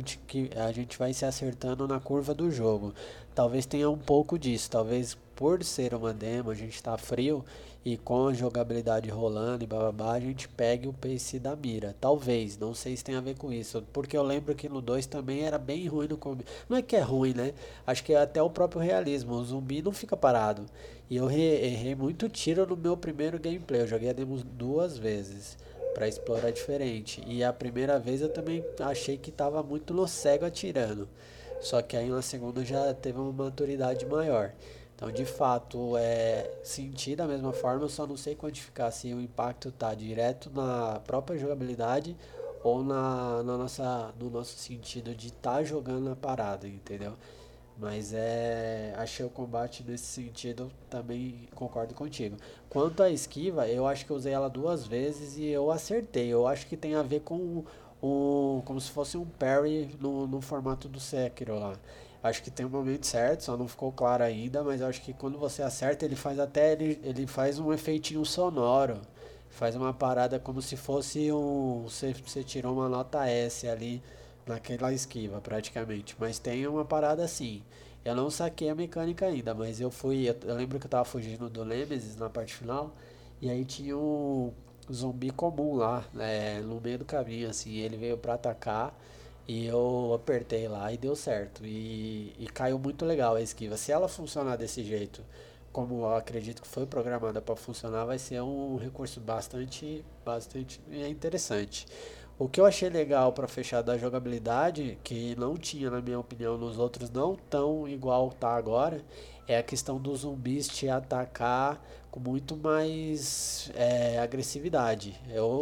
a gente vai se acertando na curva do jogo. Talvez tenha um pouco disso, talvez por ser uma demo, a gente tá frio e com a jogabilidade rolando e bababá, a gente pegue o pace da mira. Talvez, não sei se tem a ver com isso, porque eu lembro que no 2 também era bem ruim no começo. Não é que é ruim, né? Acho que é até o próprio realismo, o zumbi não fica parado. E eu errei muito tiro no meu primeiro gameplay, eu joguei a demo 2 vezes para explorar diferente. E a primeira vez eu também achei que tava muito no cego atirando. Só que aí na segunda já teve uma maturidade maior. Então, de fato, senti da mesma forma, eu só não sei quantificar se o impacto tá direto na própria jogabilidade ou no nosso sentido de estar jogando a parada, entendeu? Mas achei o combate nesse sentido, também concordo contigo. Quanto à esquiva, eu acho que eu usei ela 2 vezes e eu acertei. Eu acho que tem a ver com como se fosse um parry no formato do Sekiro lá. Acho que tem um momento certo, só não ficou claro ainda, mas eu acho que quando você acerta, ele faz um efeitinho sonoro. Faz uma parada como se fosse você tirou uma nota S ali naquela esquiva praticamente, mas tem uma parada assim. Eu não saquei a mecânica ainda, mas eu lembro que eu tava fugindo do Nemesis na parte final e aí tinha um zumbi comum lá, no meio do caminho assim, ele veio pra atacar e eu apertei lá e deu certo e caiu muito legal a esquiva. Se ela funcionar desse jeito, como eu acredito que foi programada para funcionar, vai ser um recurso bastante interessante. O que eu achei legal para fechar da jogabilidade, que não tinha na minha opinião nos outros, não tão igual tá agora, é a questão dos zumbis te atacar com muito mais agressividade.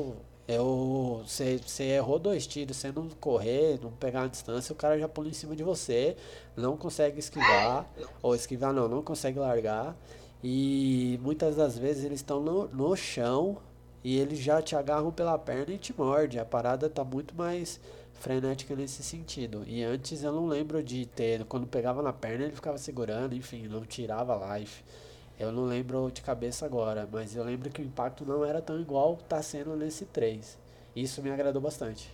Você errou 2 tiros, você não correr, não pegar a distância, o cara já pula em cima de você, não consegue esquivar, ou esquivar não consegue largar, e muitas das vezes eles estão no chão, e eles já te agarram pela perna e te morde. A parada tá muito mais frenética nesse sentido. E antes eu não lembro de ter, quando pegava na perna ele ficava segurando, enfim, não tirava life. Eu não lembro de cabeça agora, mas eu lembro que o impacto não era tão igual tá sendo nesse 3. Isso me agradou bastante.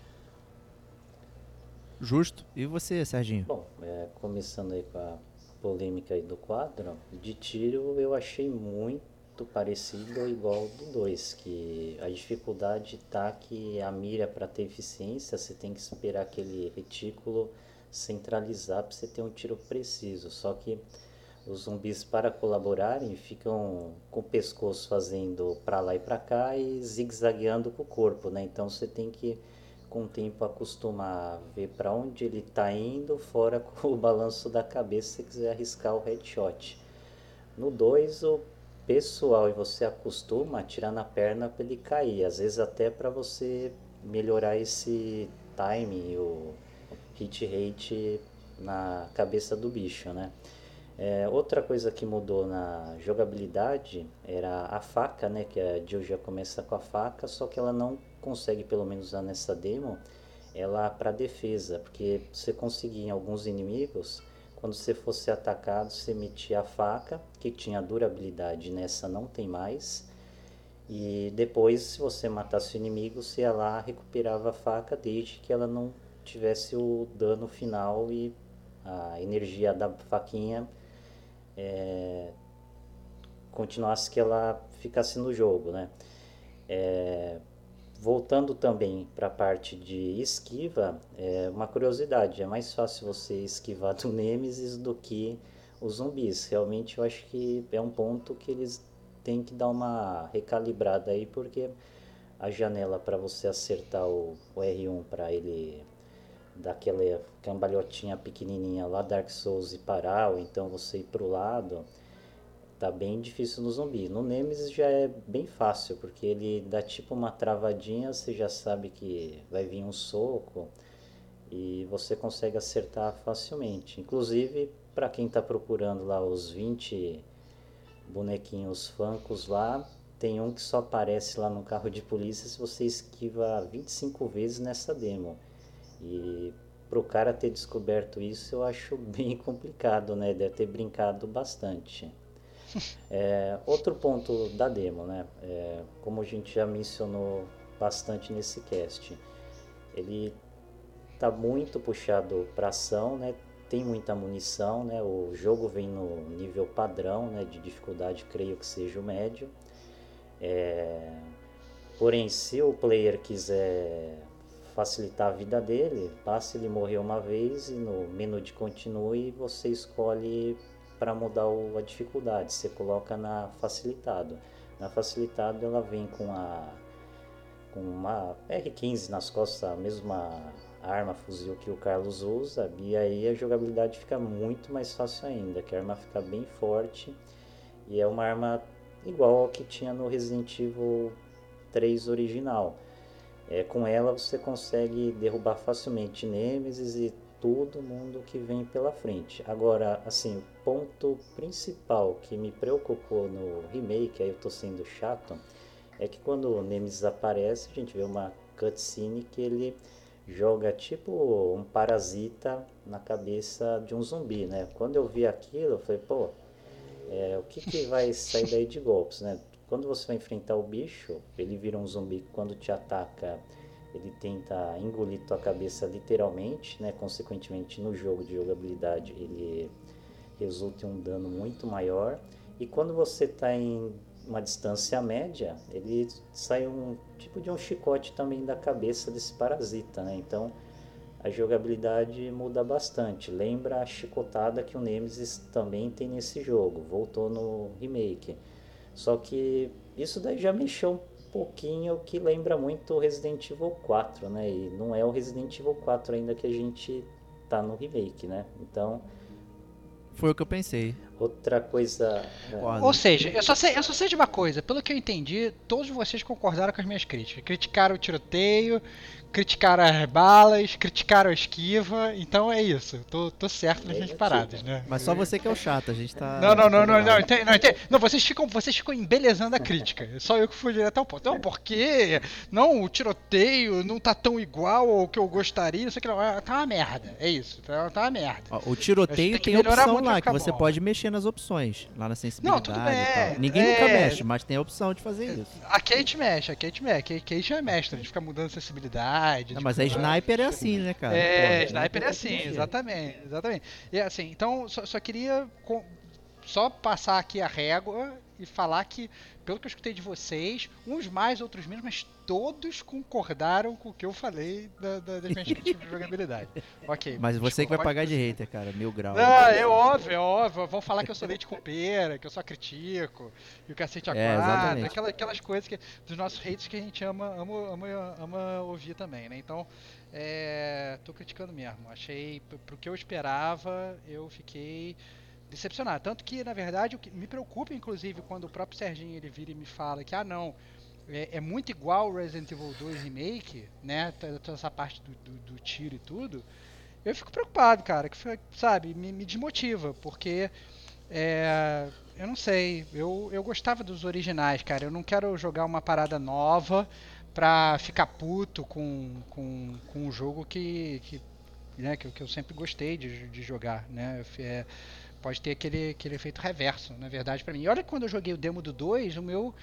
Justo. E você, Serginho? Bom, começando aí com a polêmica aí do quadro, de tiro eu achei muito parecido ou igual do 2, que a dificuldade tá que a mira, para ter eficiência, você tem que esperar aquele retículo centralizar para você ter um tiro preciso. Só que Os zumbis, para colaborarem, ficam com o pescoço fazendo para lá e para cá e zigue-zagueando com o corpo, né? Então você tem que, com o tempo, acostumar a ver para onde ele está indo, fora com o balanço da cabeça se você quiser arriscar o headshot. No 2, o pessoal e você acostuma a atirar na perna para ele cair, às vezes até para você melhorar esse time, o hit rate na cabeça do bicho, né? Outra coisa que mudou na jogabilidade era a faca, né? Que a Jill já começa com a faca, só que ela não consegue, pelo menos usar nessa demo, ela para defesa, porque você conseguia em alguns inimigos, quando você fosse atacado, você metia a faca, que tinha durabilidade, nessa não tem mais, e depois, se você matasse o inimigo, você ia lá, recuperava a faca, desde que ela não tivesse o dano final e a energia da faquinha continuasse, que ela ficasse no jogo, né? Voltando também para a parte de esquiva, uma curiosidade, é mais fácil você esquivar do Nemesis do que os zumbis. Realmente eu acho que é um ponto que eles têm que dar uma recalibrada aí, porque a janela para você acertar o R1 para ele dar aquela cambalhotinha pequenininha lá Dark Souls e parar, ou então você ir pro lado, tá bem difícil no zumbi. No Nemesis já é bem fácil, porque ele dá tipo uma travadinha, você já sabe que vai vir um soco e você consegue acertar facilmente. Inclusive, para quem tá procurando lá os 20 bonequinhos Funkos lá, tem um que só aparece lá no carro de polícia se você esquiva 25 vezes nessa demo. E pro cara ter descoberto isso, eu acho bem complicado, né? Deve ter brincado bastante. Outro ponto da demo, né? Como a gente já mencionou bastante nesse cast, ele tá muito puxado para ação, né? Tem muita munição, né? O jogo vem no nível padrão, né? De dificuldade, creio que seja o médio. Porém, se o player quiser facilitar a vida dele, basta ele morrer uma vez e no menu de continue você escolhe para mudar a dificuldade, você coloca na facilitado. Na facilitado ela vem com uma R15 nas costas, a mesma arma fuzil que o Carlos usa, e aí a jogabilidade fica muito mais fácil ainda, que a arma fica bem forte e é uma arma igual ao que tinha no Resident Evil 3 original. Com ela você consegue derrubar facilmente Nemesis e todo mundo que vem pela frente. Agora, assim, o ponto principal que me preocupou no remake, aí eu tô sendo chato, é que quando o Nemesis aparece, a gente vê uma cutscene que ele joga tipo um parasita na cabeça de um zumbi, né? Quando eu vi aquilo, eu falei, pô, o que vai sair daí de golpes, né? Quando você vai enfrentar o bicho, ele vira um zumbi que quando te ataca, ele tenta engolir tua cabeça literalmente, né? Consequentemente, no jogo de jogabilidade, ele resulta em um dano muito maior. E quando você está em uma distância média, ele sai um tipo de um chicote também da cabeça desse parasita, né? Então, a jogabilidade muda bastante. Lembra a chicotada que o Nemesis também tem nesse jogo. Voltou no remake. Só que isso daí já mexeu um pouquinho, que lembra muito o Resident Evil 4, né? E não é o Resident Evil 4 ainda que a gente tá no remake, né? Então... Foi o que eu pensei. Outra coisa... Ou seja, eu só sei de uma coisa. Pelo que eu entendi, todos vocês concordaram com as minhas críticas. Criticaram o tiroteio, criticaram as balas, criticaram a esquiva. Então é isso. Tô certo nas minhas paradas, né? Mas só você que é o chato, a gente tá... Não, entende. Não, vocês ficam embelezando a crítica. Só eu que fui direto ao ponto. Não, porque não, o tiroteio não tá tão igual ao que eu gostaria. Isso aqui não, tá uma merda. É isso, tá uma merda. Ó, o tiroteio tem opção lá, que você pode mexer nas opções, lá na sensibilidade. Não, tudo bem. E tal. Ninguém nunca mexe, mas tem a opção de fazer isso. A Kate mexe. A Kate é mestra, a gente fica mudando sensibilidade. Não, mas a sniper é assim, né, cara? Sniper é assim, exatamente. E assim, então, só queria só passar aqui a régua e falar que, pelo que eu escutei de vocês, uns mais, outros menos, mas todos concordaram com o que eu falei das minhas críticas de jogabilidade. Ok. Mas você que vai pode pagar de prosseguir. hater, cara. 1000 graus. É óbvio. Vão falar que eu sou leite com pera, que eu só critico, e o cacete a quatro, exatamente. aquelas coisas dos nossos haters que a gente ama ouvir também, né? Então, tô criticando mesmo. Achei, pro que eu esperava, eu fiquei decepcionado. Tanto que, na verdade, o que me preocupa, inclusive, quando o próprio Serginho ele vira e me fala que, não, é muito igual o Resident Evil 2 Remake, né? Toda essa parte do tiro e tudo. Eu fico preocupado, cara, que sabe, me desmotiva, porque eu não sei, eu gostava dos originais, cara. Eu não quero jogar uma parada nova pra ficar puto com um jogo que eu sempre gostei de jogar, né? Pode ter aquele efeito reverso, na verdade, pra mim. E olha que quando eu joguei o demo do 2,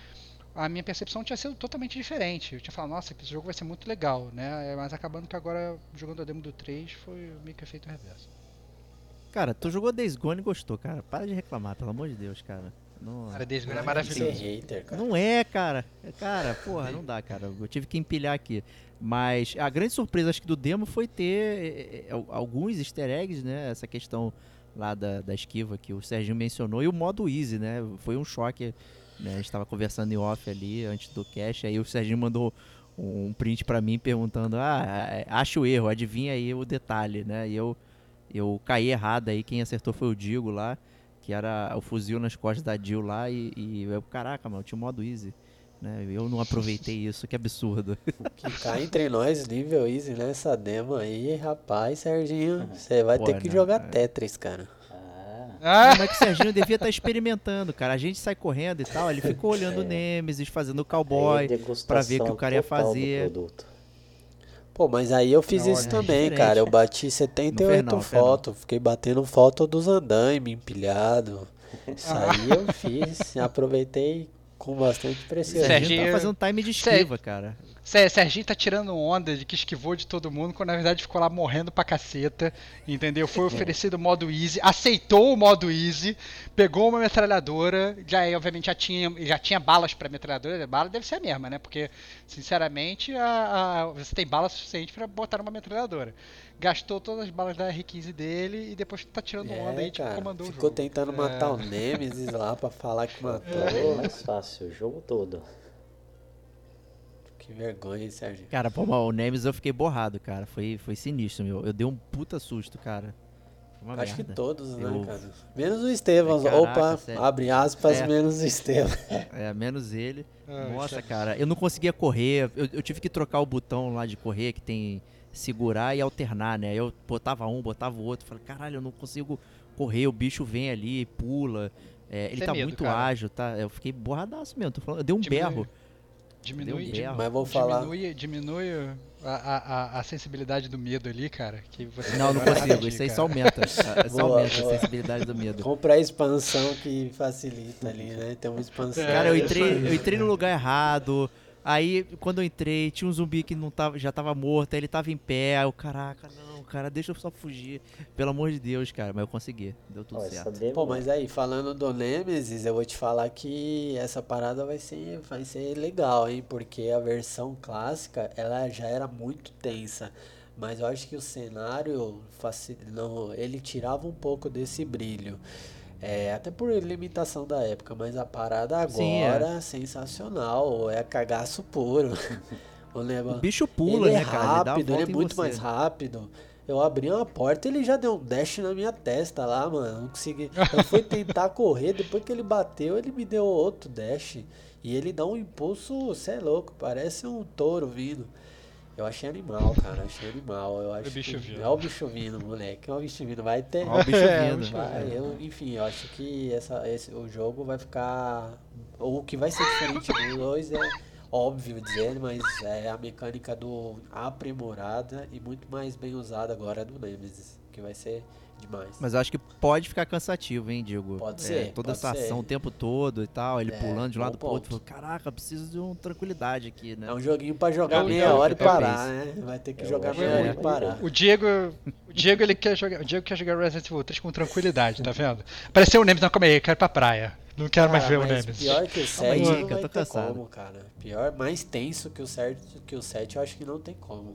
a minha percepção tinha sido totalmente diferente. Eu tinha falado, nossa, esse jogo vai ser muito legal, né? Mas acabando que agora, jogando a demo do 3, foi meio que efeito reverso. Cara, tu jogou Days Gone e gostou, cara. Para de reclamar, pelo amor de Deus, cara. Não, Cara, Days Gone é Ser maravilhoso. hater, cara. não é, cara. Cara, porra, não dá, cara. Eu tive que empilhar aqui. Mas a grande surpresa, acho que do demo foi ter alguns easter eggs, né? Essa questão lá da esquiva que o Serginho mencionou. E o modo easy, né? Foi um choque, né? A gente tava conversando em off ali, antes do cast. Aí o Serginho mandou um print pra mim perguntando, acha o erro, adivinha aí o detalhe, né? E eu caí errado aí, quem acertou foi o Digo lá, que era o fuzil nas costas da Jill lá, e eu, caraca, mano, tinha o modo easy, né? Eu não aproveitei isso, que absurdo. Que cá entre nós, nível easy nessa demo aí, rapaz, Serginho, você vai ter que não, jogar Tetris, cara. Ah! Mas que o Serginho devia estar experimentando, cara. A gente sai correndo e tal, ele ficou olhando o Nemesis, fazendo o cowboy, pra ver o que o cara ia fazer. Pô, mas aí eu fiz Não, isso é também, diferente. cara. Eu bati 78 não. fotos. Fiquei batendo foto dos andaime empilhado. Isso aí eu fiz. Aproveitei com bastante O preciosismo. Serginho tá fazendo time de esquiva, cara. Serginho tá tirando onda de que esquivou de todo mundo, quando na verdade ficou lá morrendo pra caceta, entendeu? Foi oferecido o modo easy, aceitou o modo easy, pegou uma metralhadora, obviamente já tinha balas pra metralhadora, a bala deve ser a mesma, né? Porque, sinceramente, você tem bala suficiente pra botar numa metralhadora. Gastou todas as balas da R15 dele e depois tá tirando onda aí, tipo, cara, comandou o jogo. ficou tentando matar o Nemesis lá pra falar que matou. É mais fácil, o jogo todo. Que vergonha, hein, Serginho? Cara, pô, mas o Nemesis eu fiquei borrado, cara. Foi sinistro, meu. Eu dei um puta susto, cara. Foi uma Acho que merda. todos, né, Eu- cara? Menos o Estevão. Caraca, Opa, sério. abre aspas, É. menos o Estevão. Menos ele. Ah, Nossa, isso é cara, eu não conseguia correr. Eu tive que trocar o botão lá de correr, que tem segurar e alternar, né? Eu botava um, botava o outro. Falei, caralho, eu não consigo correr. O bicho vem ali, pula. Ele Isso é tá medo, muito cara. ágil, tá? Eu fiquei borradaço mesmo. Tô falando, eu dei um Diminui- berro. Diminui, Deu um berro. Mas vou falar. diminui a sensibilidade do medo ali, cara. Que você Não, não melhora consigo. rapidinho, Isso aí cara. só aumenta. Só Boa, aumenta boa. a sensibilidade do medo. Compra a expansão que facilita ali, né? Tem uma expansão. Cara, eu isso aí. entrei no lugar errado. Aí, quando eu entrei, tinha um zumbi que já tava morto, aí ele tava em pé. Aí eu, caraca, não, cara, deixa eu só fugir. Pelo amor de Deus, cara. Mas eu consegui. Deu tudo Ó, essa certo. demo, Pô, mas aí, falando do Nemesis, eu vou te falar que essa parada vai ser legal, hein? Porque a versão clássica, ela já era muito tensa. Mas eu acho que o cenário, ele tirava um pouco desse brilho. Até por limitação da época, mas a parada Sim, agora, sensacional. É cagaço puro. O O negócio... bicho pula, ele né, é cara? Ele dá a rápido, ele volta é em muito você. mais rápido. Eu abri uma porta e ele já deu um dash na minha testa lá, mano. Não consegui. Eu fui tentar correr, depois que ele bateu, ele me deu outro dash. E ele dá um impulso, cê é louco, parece um touro vindo. Eu achei animal, cara, achei animal. Eu acho bicho que vindo. é o bicho vindo, moleque. É o bicho vindo. Vai ter. Ó o bicho vindo. Enfim, eu acho que o jogo vai ficar. O que vai ser diferente do 2 é óbvio dizer, mas é a mecânica do aprimorada e muito mais bem usada agora do Nemesis, que vai ser demais. Mas eu acho que pode ficar cansativo, hein, Diego? Pode ser, Toda pode essa ser. ação o tempo todo e tal, ele pulando de um bom lado pro outro. ponto. Falou, caraca, preciso de uma tranquilidade aqui, né? É um joguinho pra jogar Eu- meia eu- hora e eu parar, penso. né? Vai ter que Eu jogar acho meia hora e que- parar. O Diego ele quer jogar Resident Evil 3 com tranquilidade, tá vendo? Apareceu o Nemesis, não, calma aí, eu quero ir pra praia. Não quero mais Cara, ver o mas Nemesis. pior que o Calma aí, 7 que não eu vai tô ter cansado. como, cara. Pior, mais tenso que o 7 eu acho que não tem como.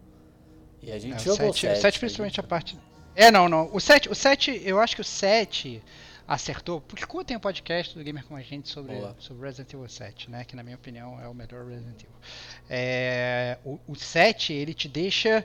E a gente jogou o 7. O 7 principalmente a parte... Não. O 7, eu acho que o 7 acertou, porque como tem um podcast do Gamer com a gente sobre Resident Evil 7, né, que na minha opinião é o melhor Resident Evil. O 7, ele te deixa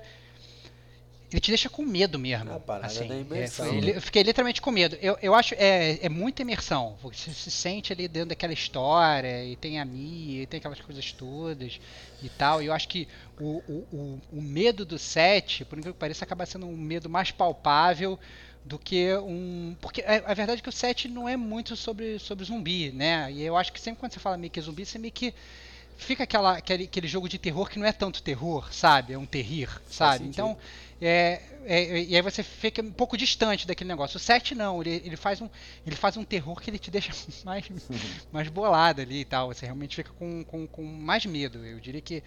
com medo mesmo. A parada assim, da imersão. eu fiquei literalmente com medo. Eu acho é muita imersão. Você se sente ali dentro daquela história, e tem a Mia, e tem aquelas coisas todas e tal. E eu acho que o medo do 7, por incrível que pareça, acaba sendo um medo mais palpável do que um... Porque a verdade é que o 7 não é muito sobre zumbi, né? E eu acho que sempre quando você fala meio que zumbi, você meio que... Fica aquele jogo de terror que não é tanto terror, sabe? É um terrir, sabe? Então, e aí você fica um pouco distante daquele negócio. O 7 não, ele faz um terror que ele te deixa mais bolado ali e tal. Você realmente fica com mais medo. Eu diria que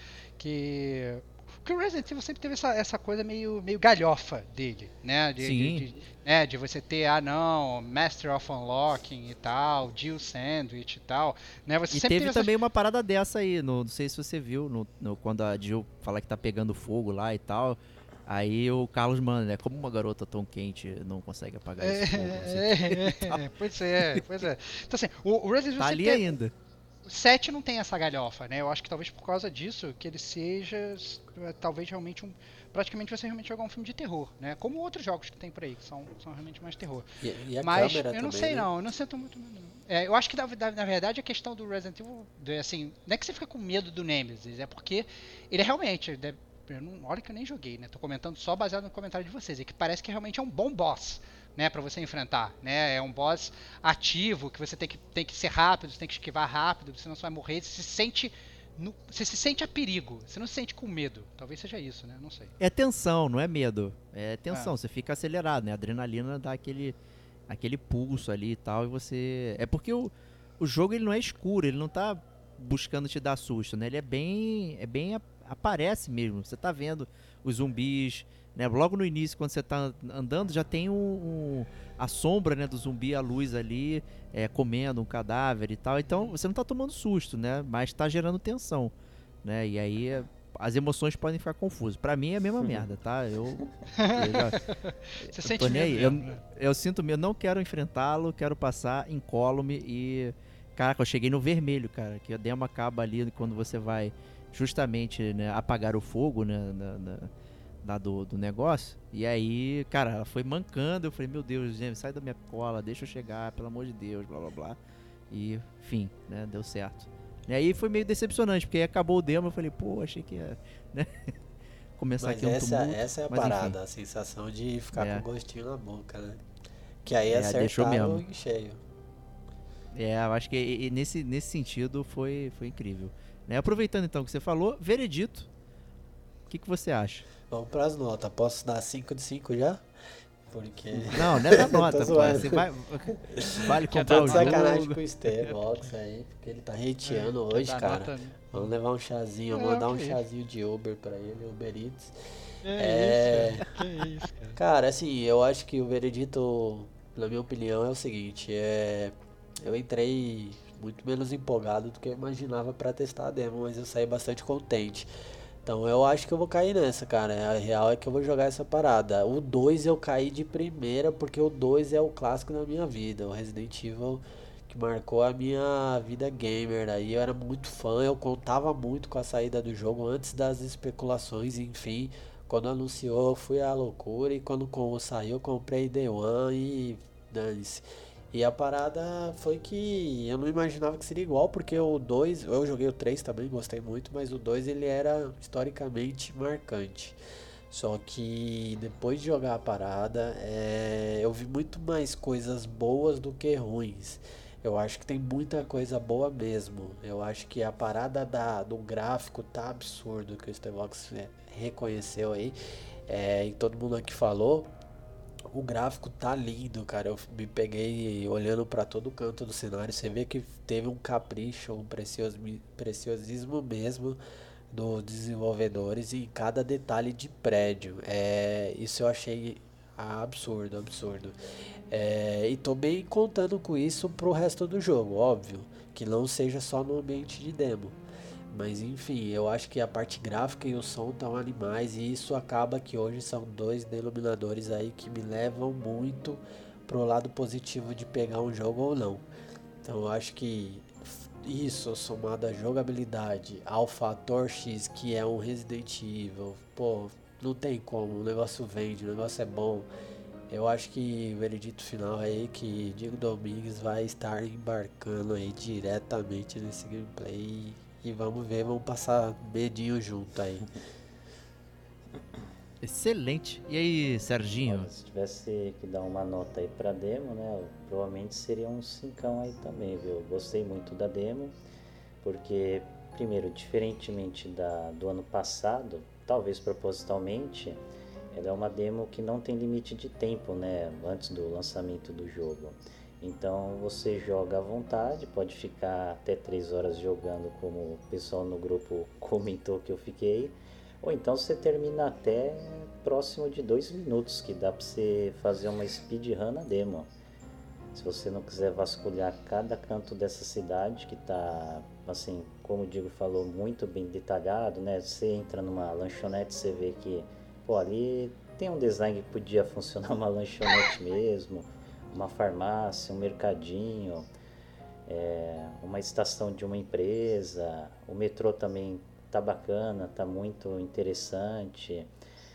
o Resident Evil sempre teve essa coisa meio galhofa dele, né? Sim. De você ter, Master of Unlocking e tal, Jill Sandwich e tal, né? Você E sempre teve essas... também uma parada dessa aí, não sei se você viu, quando a Jill fala que tá pegando fogo lá e tal. Aí o Carlos manda, né? Como uma garota tão quente não consegue apagar esse fogo? Pois é. Então assim, o Resident Evil Tá sempre ali ainda. O 7 não tem essa galhofa, né? Eu acho que talvez por causa disso que ele seja talvez realmente praticamente você realmente jogar um filme de terror, né? Como outros jogos que tem por aí, que são realmente mais terror. E a Mas câmera eu não também, sei né? eu não sinto muito medo. Eu acho que na verdade a questão do Resident Evil, assim, não é que você fica com medo do Nemesis, é porque ele é realmente, olha que eu nem joguei, né? Tô comentando só baseado no comentário de vocês, é que parece que realmente é um bom boss, né, para você enfrentar, né? É um boss ativo que você tem que ser rápido, você tem que esquivar rápido, senão você vai morrer. Você se sente a perigo, você não se sente com medo. Talvez seja isso, né? Não sei. É tensão, não é medo. É tensão, você fica acelerado, né? A adrenalina dá aquele pulso ali e tal, e você... É porque o jogo ele não é escuro, ele não tá buscando te dar susto, né? Ele é bem aparece mesmo. Você tá vendo os zumbis, né? Logo no início, quando você tá andando, já tem a sombra, né, do zumbi, a luz ali, comendo um cadáver e tal. Então, você não tá tomando susto, né? Mas tá gerando tensão, né? E aí, as emoções podem ficar confusas. Pra mim é a mesma merda, tá? Você sente tô nem aí. medo mesmo, né? Eu sinto medo, não quero enfrentá-lo, quero passar incólume e... Caraca, eu cheguei no vermelho, cara, que a demo acaba ali quando você vai justamente, né, apagar o fogo, né, do negócio. E aí, cara, ela foi mancando. Eu falei, meu Deus, gente, sai da minha cola, deixa eu chegar, pelo amor de Deus, blá blá blá. E, enfim, né, deu certo. E aí foi meio decepcionante, porque aí acabou o demo, eu falei, pô, achei que ia, né, começar Mas aqui um tumulto. essa é a Mas, parada, enfim. a sensação de ficar com gostinho na boca, né? Que aí deixou acertaram mesmo. em cheio. Eu acho que nesse sentido foi incrível. Né? Aproveitando então que você falou, Veredito, o que você acha? Vamos pras notas. Posso dar 5 de 5 já? Porque... Não é da nota, Tô pô. zoando. Você vale Quer comprar dar o Tô de nota? sacanagem jogo. com o Estevox aí, porque ele tá hateando hoje, Dá cara. nota- Vamos levar um chazinho, vou mandar um ok. chazinho de Uber pra ele, Uber Eats. Que isso, cara. Cara, assim, eu acho que o veredito, na minha opinião, é o seguinte, eu entrei muito menos empolgado do que eu imaginava pra testar a demo, mas eu saí bastante contente. Então eu acho que eu vou cair nessa, cara. A real é que eu vou jogar essa parada. O 2 eu caí de primeira, porque o 2 é o clássico da minha vida, o Resident Evil que marcou a minha vida gamer. Aí eu era muito fã, eu contava muito com a saída do jogo antes das especulações, enfim. Quando anunciou, eu fui à loucura, e quando saiu, eu comprei Day One e dane-se. E a parada foi que eu não imaginava que seria igual, porque o 2, eu joguei o 3 também, gostei muito, mas o 2 ele era historicamente marcante. Só que depois de jogar a parada, eu vi muito mais coisas boas do que ruins. Eu acho que tem muita coisa boa mesmo. Eu acho que a parada do gráfico tá absurdo, que o Stevox reconheceu aí, e todo mundo aqui falou. O gráfico tá lindo, cara. Eu me peguei olhando pra todo canto do cenário. Você vê que teve um capricho, um preciosismo mesmo dos desenvolvedores em cada detalhe de prédio. Isso eu achei Absurdo, absurdo. E tô bem contando com isso pro resto do jogo, óbvio. Que não seja só no ambiente de demo. Mas enfim, eu acho que a parte gráfica e o som estão animais. E isso acaba que hoje são dois denominadores aí que me levam muito pro lado positivo de pegar um jogo ou não. Então eu acho que isso somado à jogabilidade, ao fator X que é um Resident Evil, pô, não tem como, o negócio vende, o negócio é bom. Eu acho que o veredito final aí que Diego Domingues vai estar embarcando aí diretamente nesse gameplay e vamos ver, vamos passar medinho junto aí. Excelente. E aí, Serginho? Olha, se tivesse que dar uma nota aí pra demo, né, provavelmente seria um 5 aí também, viu? Gostei muito da demo, porque, primeiro, diferentemente do ano passado, talvez propositalmente, ela é uma demo que não tem limite de tempo, né, antes do lançamento do jogo. Então você joga à vontade, pode ficar até 3 horas jogando, como o pessoal no grupo comentou que eu fiquei. Ou então você termina até próximo de 2 minutos, que dá pra você fazer uma speedrun na demo. Se você não quiser vasculhar cada canto dessa cidade, que tá, assim, como o Diego falou, muito bem detalhado, né? Você entra numa lanchonete, você vê que, pô, ali tem um design que podia funcionar uma lanchonete mesmo, uma farmácia, um mercadinho, uma estação de uma empresa. O metrô também tá bacana, tá muito interessante.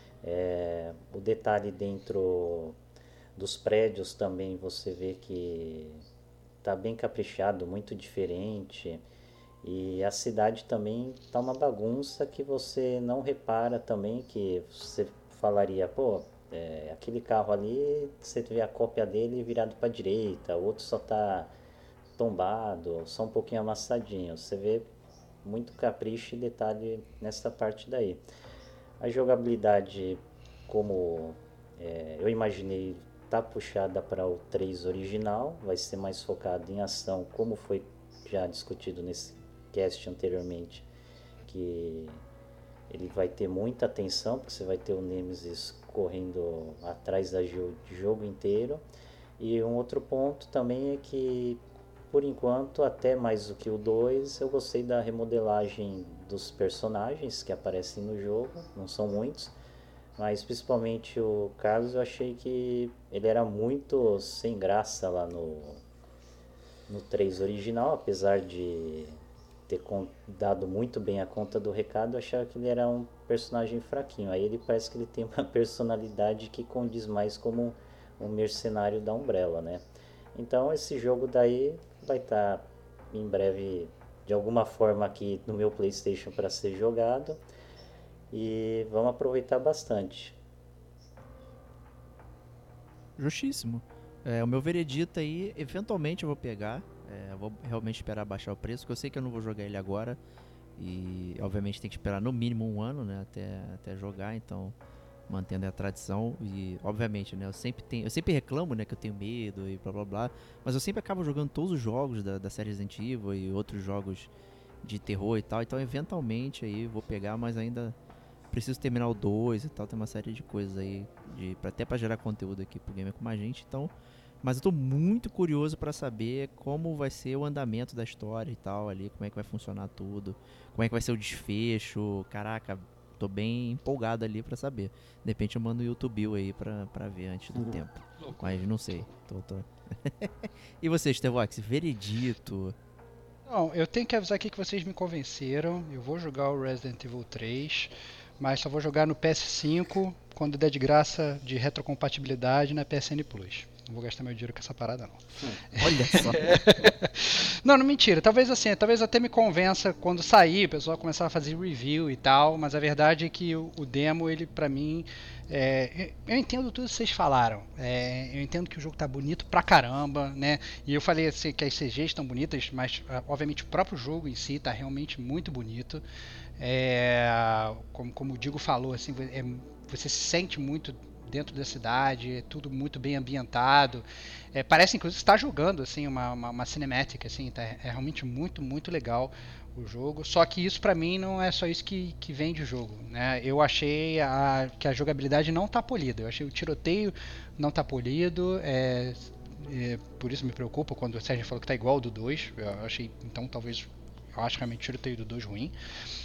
O detalhe dentro dos prédios também você vê que tá bem caprichado, muito diferente. E a cidade também tá uma bagunça que você não repara também, que você falaria, pô, aquele carro ali, você vê a cópia dele virado para direita, o outro só tá tombado, só um pouquinho amassadinho. Você vê muito capricho e detalhe nessa parte daí. A jogabilidade, como eu imaginei, tá puxada para o 3 original, vai ser mais focado em ação, como foi já discutido nesse cast anteriormente, que ele vai ter muita atenção, porque você vai ter o Nemesis correndo atrás do jogo inteiro. E um outro ponto também é que, por enquanto, até mais do que o 2, eu gostei da remodelagem dos personagens que aparecem no jogo, não são muitos, mas principalmente o Carlos, eu achei que ele era muito sem graça lá no 3 original, apesar de ter dado muito bem a conta do recado, eu achava que ele era um personagem fraquinho. Aí ele parece que ele tem uma personalidade que condiz mais como um mercenário da Umbrella, né? Então esse jogo daí vai estar em breve de alguma forma aqui no meu PlayStation para ser jogado e vamos aproveitar bastante. Justíssimo. O meu veredito aí, eventualmente eu vou pegar. Eu vou realmente esperar baixar o preço, porque eu sei que eu não vou jogar ele agora. E obviamente tem que esperar no mínimo 1 ano, né, até jogar, então mantendo a tradição. E obviamente, né, eu sempre reclamo, né, que eu tenho medo e blá blá blá, mas eu sempre acabo jogando todos os jogos da série Resident Evil e outros jogos de terror e tal, então eventualmente aí vou pegar, mas ainda preciso terminar o 2 e tal, tem uma série de coisas aí até pra gerar conteúdo aqui pro Gamer com a gente, então. Mas eu tô muito curioso pra saber como vai ser o andamento da história e tal ali, como é que vai funcionar tudo, como é que vai ser o desfecho. Caraca, tô bem empolgado ali pra saber. De repente eu mando o YouTube aí pra ver antes do tempo. Mas não sei. Tô. E você, Stevox, veredito? Não, eu tenho que avisar aqui que vocês me convenceram. Eu vou jogar o Resident Evil 3, mas só vou jogar no PS5 quando der de graça de retrocompatibilidade na PSN Plus. Não vou gastar meu dinheiro com essa parada, não. Olha só. Não, mentira. Talvez até me convença quando sair, o pessoal começar a fazer review e tal, mas a verdade é que o demo, ele pra mim... eu entendo tudo que vocês falaram. Eu entendo que o jogo tá bonito pra caramba, né? E eu falei assim, que as CGs estão bonitas, mas obviamente o próprio jogo em si tá realmente muito bonito. Como o Diego falou, assim, você se sente muito dentro da cidade, é tudo muito bem ambientado. Parece inclusive que está jogando assim uma cinematic, assim, tá, é realmente muito, muito legal o jogo. Só que isso pra mim não é só isso que vende o jogo, né? Eu achei que a jogabilidade não tá polida. Eu achei o tiroteio não tá polido. Por isso me preocupa quando o Sérgio falou que tá igual ao do 2. Eu achei, então talvez eu acho realmente o tiroteio do 2 ruim.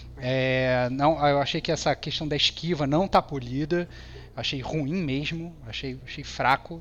Não, eu achei que essa questão da esquiva não tá polida. Achei ruim mesmo. Achei fraco.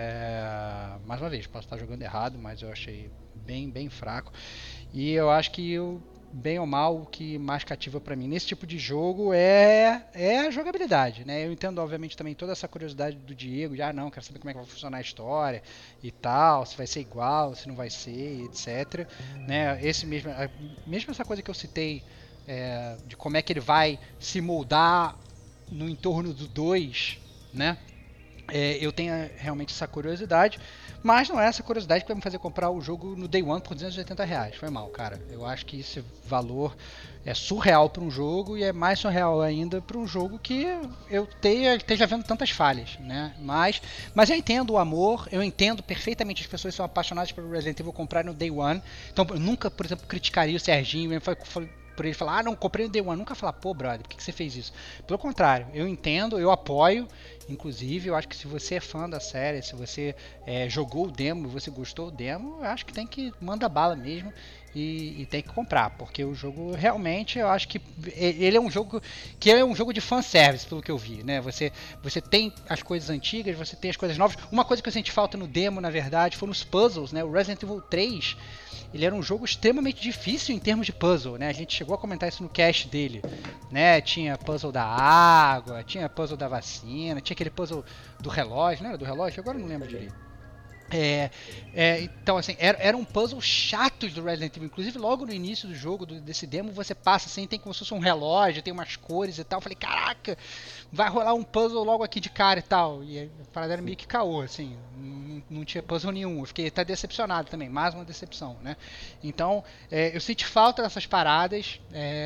Mais uma vez, posso estar jogando errado, mas eu achei bem, bem fraco. E eu acho que bem ou mal, o que mais cativa pra mim nesse tipo de jogo é a jogabilidade, né? Eu entendo, obviamente, também toda essa curiosidade do Diego, de não, quero saber como é que vai funcionar a história e tal, se vai ser igual, se não vai ser, etc. Né? Mesmo essa coisa que eu citei, de como é que ele vai se moldar no entorno do 2, né? Eu tenho realmente essa curiosidade, mas não é essa curiosidade que vai me fazer comprar o jogo no Day One por R$280. Foi mal, cara. Eu acho que esse valor é surreal para um jogo e é mais surreal ainda para um jogo que eu esteja vendo tantas falhas, né? Mas eu entendo o amor, eu entendo perfeitamente as pessoas que são apaixonadas pelo Resident Evil comprar no Day One. Então eu nunca, por exemplo, criticaria o Serginho, por ele falar, não, comprei no Day One. Nunca falar, pô, brother, por que você fez isso? Pelo contrário, eu entendo, eu apoio. Inclusive, eu acho que se você é fã da série, se você jogou o demo, você gostou do demo, eu acho que tem que mandar bala mesmo e tem que comprar, porque o jogo realmente, eu acho que ele é um jogo que é um jogo de fanservice, pelo que eu vi, né? Você tem as coisas antigas, você tem as coisas novas. Uma coisa que eu senti falta no demo, na verdade, foram os puzzles, né? O Resident Evil 3, ele era um jogo extremamente difícil em termos de puzzle, né? A gente chegou a comentar isso no cast dele, né? Tinha puzzle da água, tinha puzzle da vacina, tinha aquele puzzle do relógio, não era do relógio? Agora eu não lembro direito. Então, assim, eram puzzles chatos do Resident Evil. Inclusive, logo no início do jogo, desse demo, você passa assim, tem como se fosse um relógio, tem umas cores e tal. Eu falei, caraca, vai rolar um puzzle logo aqui de cara e tal. E a parada era meio que caô, assim, não tinha puzzle nenhum. Eu fiquei até decepcionado também, mais uma decepção, né? Então, eu senti falta dessas paradas,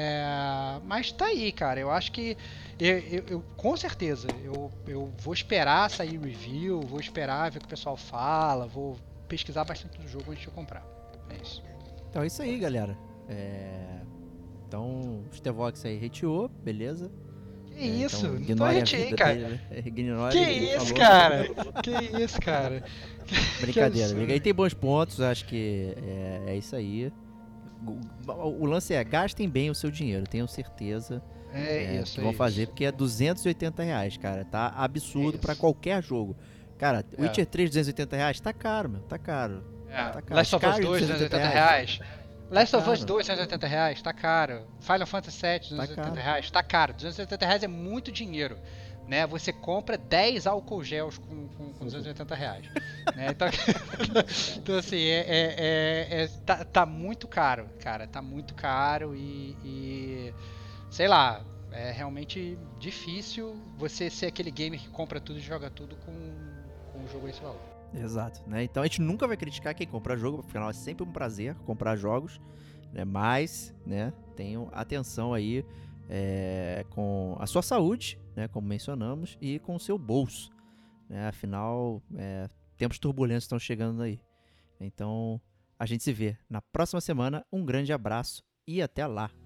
mas tá aí, cara. Eu acho que eu com certeza, eu vou esperar sair review, vou esperar ver o que o pessoal fala, vou pesquisar bastante do jogo antes de eu comprar. É isso. Então é isso aí, galera. Então, o Stevox aí hateou, beleza? Que isso? Então, Não tô ignore a hateando, vida cara. dele, né? Ignore Que ele isso, falou. cara? Que isso, cara? Brincadeira, Que aí tem bons pontos, acho que é isso aí. O lance é, gastem bem o seu dinheiro, tenham certeza isso, que vão fazer, porque é R$280, cara, tá absurdo pra qualquer jogo. Cara, Witcher 3, R$280, tá caro, meu, tá caro. Tá caro. Last of Us Skyrim, 2, R$280. Last of Us 2, R$280, tá caro. Final Fantasy VII, R$280, tá caro. R$280 é muito dinheiro. Né, você compra 10 álcool gels com R$280. Né? Então assim, tá muito caro, cara. Tá muito caro e sei lá, é realmente difícil você ser aquele gamer que compra tudo e joga tudo com um jogo a esse valor. Exato, né? Então a gente nunca vai criticar quem compra jogo, afinal é sempre um prazer comprar jogos, né? Mas, né, tenham atenção aí com a sua saúde, né, como mencionamos, e com o seu bolso, né? Afinal, tempos turbulentos estão chegando aí. Então, a gente se vê na próxima semana. Um grande abraço e até lá!